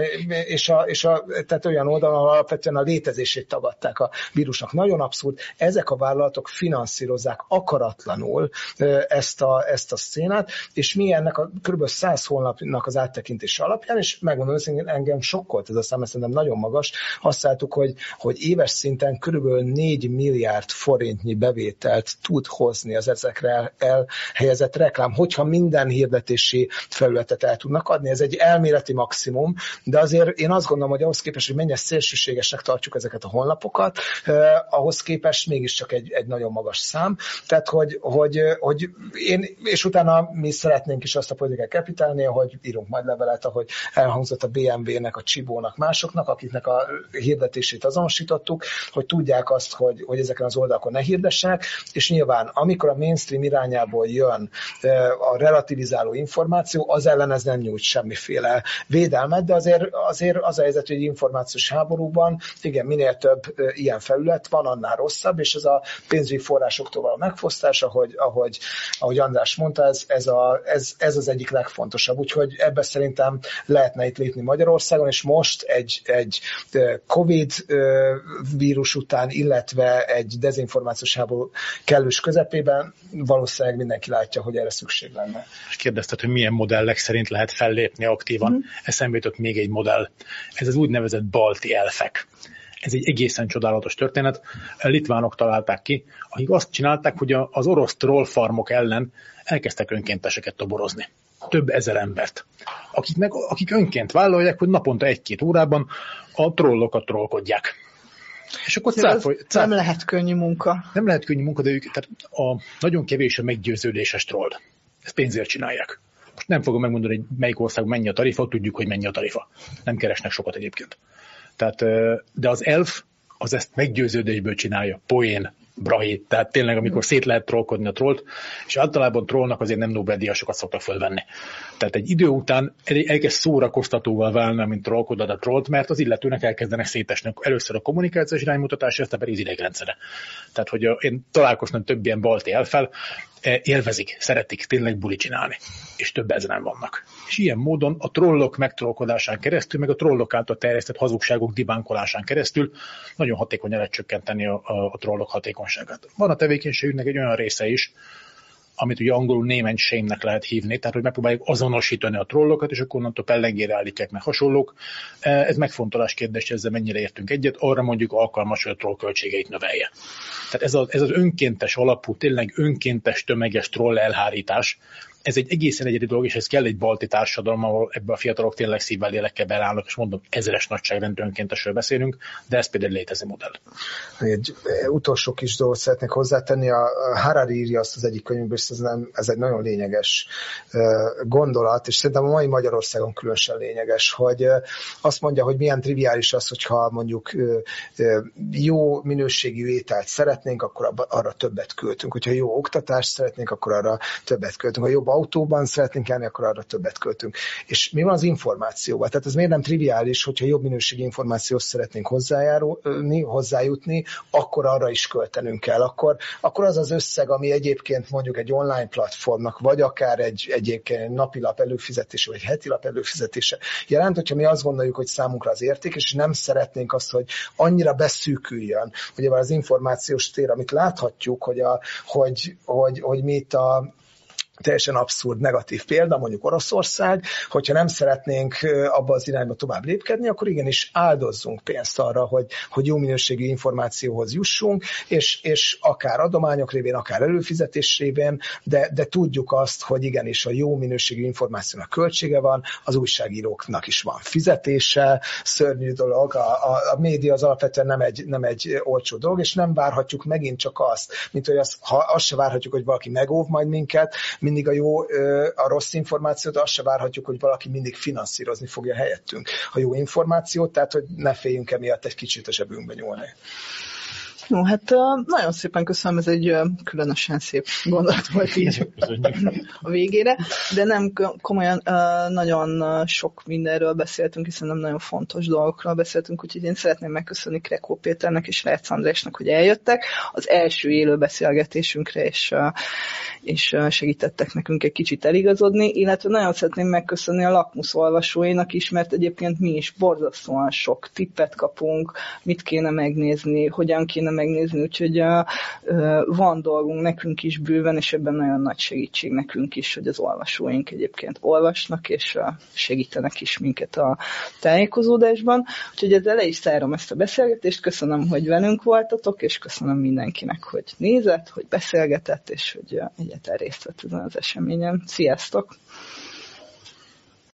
Tehát olyan oldalon, ahol alapvetően a létezését tagadták a vírusnak. Nagyon abszurd. Ezek a vállalatok finanszírozzák akaratlanul ezt a szcénát, és mi ennek a kb. 100 honlapnak az áttekintése alapján, és megmondom őszintén, engem sokkolt ez a szám, szerintem nagyon magas. Azt láttuk, hogy éves szinten kb. 4 milliárd forintnyi bevételt tud hozni az ezekre elhelyezett reklám, hogyha minden hirdetési felületet el tudnak adni. Ez egy elméleti maximum, de azért én azt gondolom, hogy ahhoz képest, hogy mennyire szélsőségesnek tartjuk ezeket a honlapokat, ahhoz képest mégiscsak egy nagyon magas szám. Tehát, hogy én, és utána mi szeretnénk is azt a Political Capitalnél, hogy írunk majd levelet, ahogy elhangzott a BMW-nek, a Csibónak, másoknak, akiknek a hirdetését azonosítottuk, hogy tudják azt, hogy ezeken az oldalakon ne hirdessenek, és nyilván, amikor a mainstream irányából jön a relativizáló információ, az ellen ez nem nyújt semmiféle védelmet, de azért az a helyzet, hogy egy információs háborúban, igen, minél több ilyen felület van, annál rosszabb, és ez a pénzügyi forrásoktól való megfosztás, ahogy András mondta, ez az egyik legfontosabb. Úgyhogy ebben szerintem lehetne itt lépni Magyarországon, és most egy Covid vírus után, illetve egy dezinformációs háború kellős közepében valószínűleg mindenki látja, hogy erre szükség lenne. És kérdezted, hogy milyen modellek szerint lehet fellépni aktívan. Eszembe jutott még egy modell. Ez az úgynevezett balti elfek. Ez egy egészen csodálatos történet. Litvánok találták ki, akik azt csinálták, hogy az orosz trollfarmok ellen elkezdtek önkénteseket toborozni. Több ezer embert. Akik önként vállalják, hogy naponta 1-2 órában a trollokat trollkodják. És akkor nem lehet könnyű munka. Nem lehet könnyű munka, de ők, tehát nagyon kevés a meggyőződéses troll. Ezt pénzért csinálják. Most nem fogom megmondani, hogy melyik országban mennyi a tarifa, tudjuk, hogy mennyi a tarifa. Nem keresnek sokat egyébként. Tehát, de az elf az ezt meggyőződésből csinálja, poén, brahi, tehát tényleg, amikor szét lehet trollkodni a trollt, és általában trollnak azért nem Nobel-díjasokat szoktak fölvenni. Tehát egy idő után elkezd szórakoztatóval válni, mint trollkodod a trollt, mert az illetőnek elkezdenek szétesni először a kommunikációs iránymutatás, aztán pedig az idegrendszere. Tehát, hogy én találkoztam több ilyen balti elfel, élvezik, szeretik tényleg buli csinálni, és több ezeren vannak. És ilyen módon a trollok megtrollkodásán keresztül, meg a trollok által terjesztett hazugságok dibánkolásán keresztül nagyon hatékonyan lehet csökkenteni a trollok hatékonyságát. Van a tevékenységünknek egy olyan része is, amit ugye angolul name and shame-nek lehet hívni, tehát hogy megpróbáljuk azonosítani a trollokat, és akkor onnantól pellengére állítják meg hasonlók. Ez megfontolás kérdés, ezzel mennyire értünk egyet, arra mondjuk alkalmas, hogy a troll költségeit növelje. Tehát ez az önkéntes alapú, tényleg önkéntes, tömeges troll elhárítás, ez egy egészen egyedi dolog, és ez kell egy balti társadalom, ahol ebben a fiatalok tényleg szívvel, lélekkel beállnak, és mondom, ezeres nagyságrendű önkéntesről beszélünk, de ez például létező modell. Egy utolsó kis dolgot szeretnék hozzátenni. A Harari írja azt az egyik könyvből, és ez egy nagyon lényeges gondolat, és szerintem a mai Magyarországon különösen lényeges, hogy azt mondja, hogy milyen triviális az, hogyha mondjuk jó minőségű ételt szeretnénk, akkor arra többet költünk. Hogyha jó oktatást szeretnénk, akkor arra többet költünk. Ha jobb autóban szeretnénk járni, akkor arra többet költünk. És mi van az információval? Tehát ez miért nem triviális, hogyha jobb minőségű információhoz szeretnénk hozzájutni, akkor arra is költenünk kell. Akkor az az összeg, ami egyébként mondjuk egy online platformnak, vagy akár egy napilap előfizetése, vagy hetilap előfizetése jelent, hogyha mi azt gondoljuk, hogy számunkra az érték, és nem szeretnénk azt, hogy annyira beszűküljön. Ugye az információs tér, amit láthatjuk, hogy mi itt a teljesen abszurd, negatív példa, mondjuk Oroszország, hogyha nem szeretnénk abba az irányba tovább lépkedni, akkor igenis áldozzunk pénzt arra, hogy jó minőségű információhoz jussunk, és akár adományok révén, akár előfizetés révén, de tudjuk azt, hogy igenis a jó minőségű információnak költsége van, az újságíróknak is van fizetése, szörnyű dolog, a média az alapvetően nem egy olcsó dolog, és nem várhatjuk megint csak azt, mint hogy azt se várhatjuk, hogy valaki megóv majd minket, mindig a rossz információt, azt se várhatjuk, hogy valaki mindig finanszírozni fogja helyettünk a jó információt, tehát hogy ne féljünk emiatt egy kicsit a zsebünkbe nyúlni. No, hát nagyon szépen köszönöm, ez egy különösen szép gondolat volt így a végére, de nem komolyan nagyon sok mindenről beszéltünk, hiszen nem nagyon fontos dolgokról beszéltünk, úgyhogy én szeretném megköszönni Krekó Péternek és Rácz Andrásnak, hogy eljöttek az első élő beszélgetésünkre, és segítettek nekünk egy kicsit eligazodni, illetve nagyon szeretném megköszönni a Lakmusz olvasóinak is, mert egyébként mi is borzasztóan sok tippet kapunk, mit kéne megnézni, hogyan kéne megnézni, úgyhogy van dolgunk nekünk is bőven, és ebben nagyon nagy segítség nekünk is, hogy az olvasóink egyébként olvasnak, és segítenek is minket a tájékozódásban. Úgyhogy ezzel le is zárom ezt a beszélgetést, köszönöm, hogy velünk voltatok, és köszönöm mindenkinek, hogy nézett, hogy beszélgetett, és hogy egyáltalán részt vett ezen az eseményen. Sziasztok!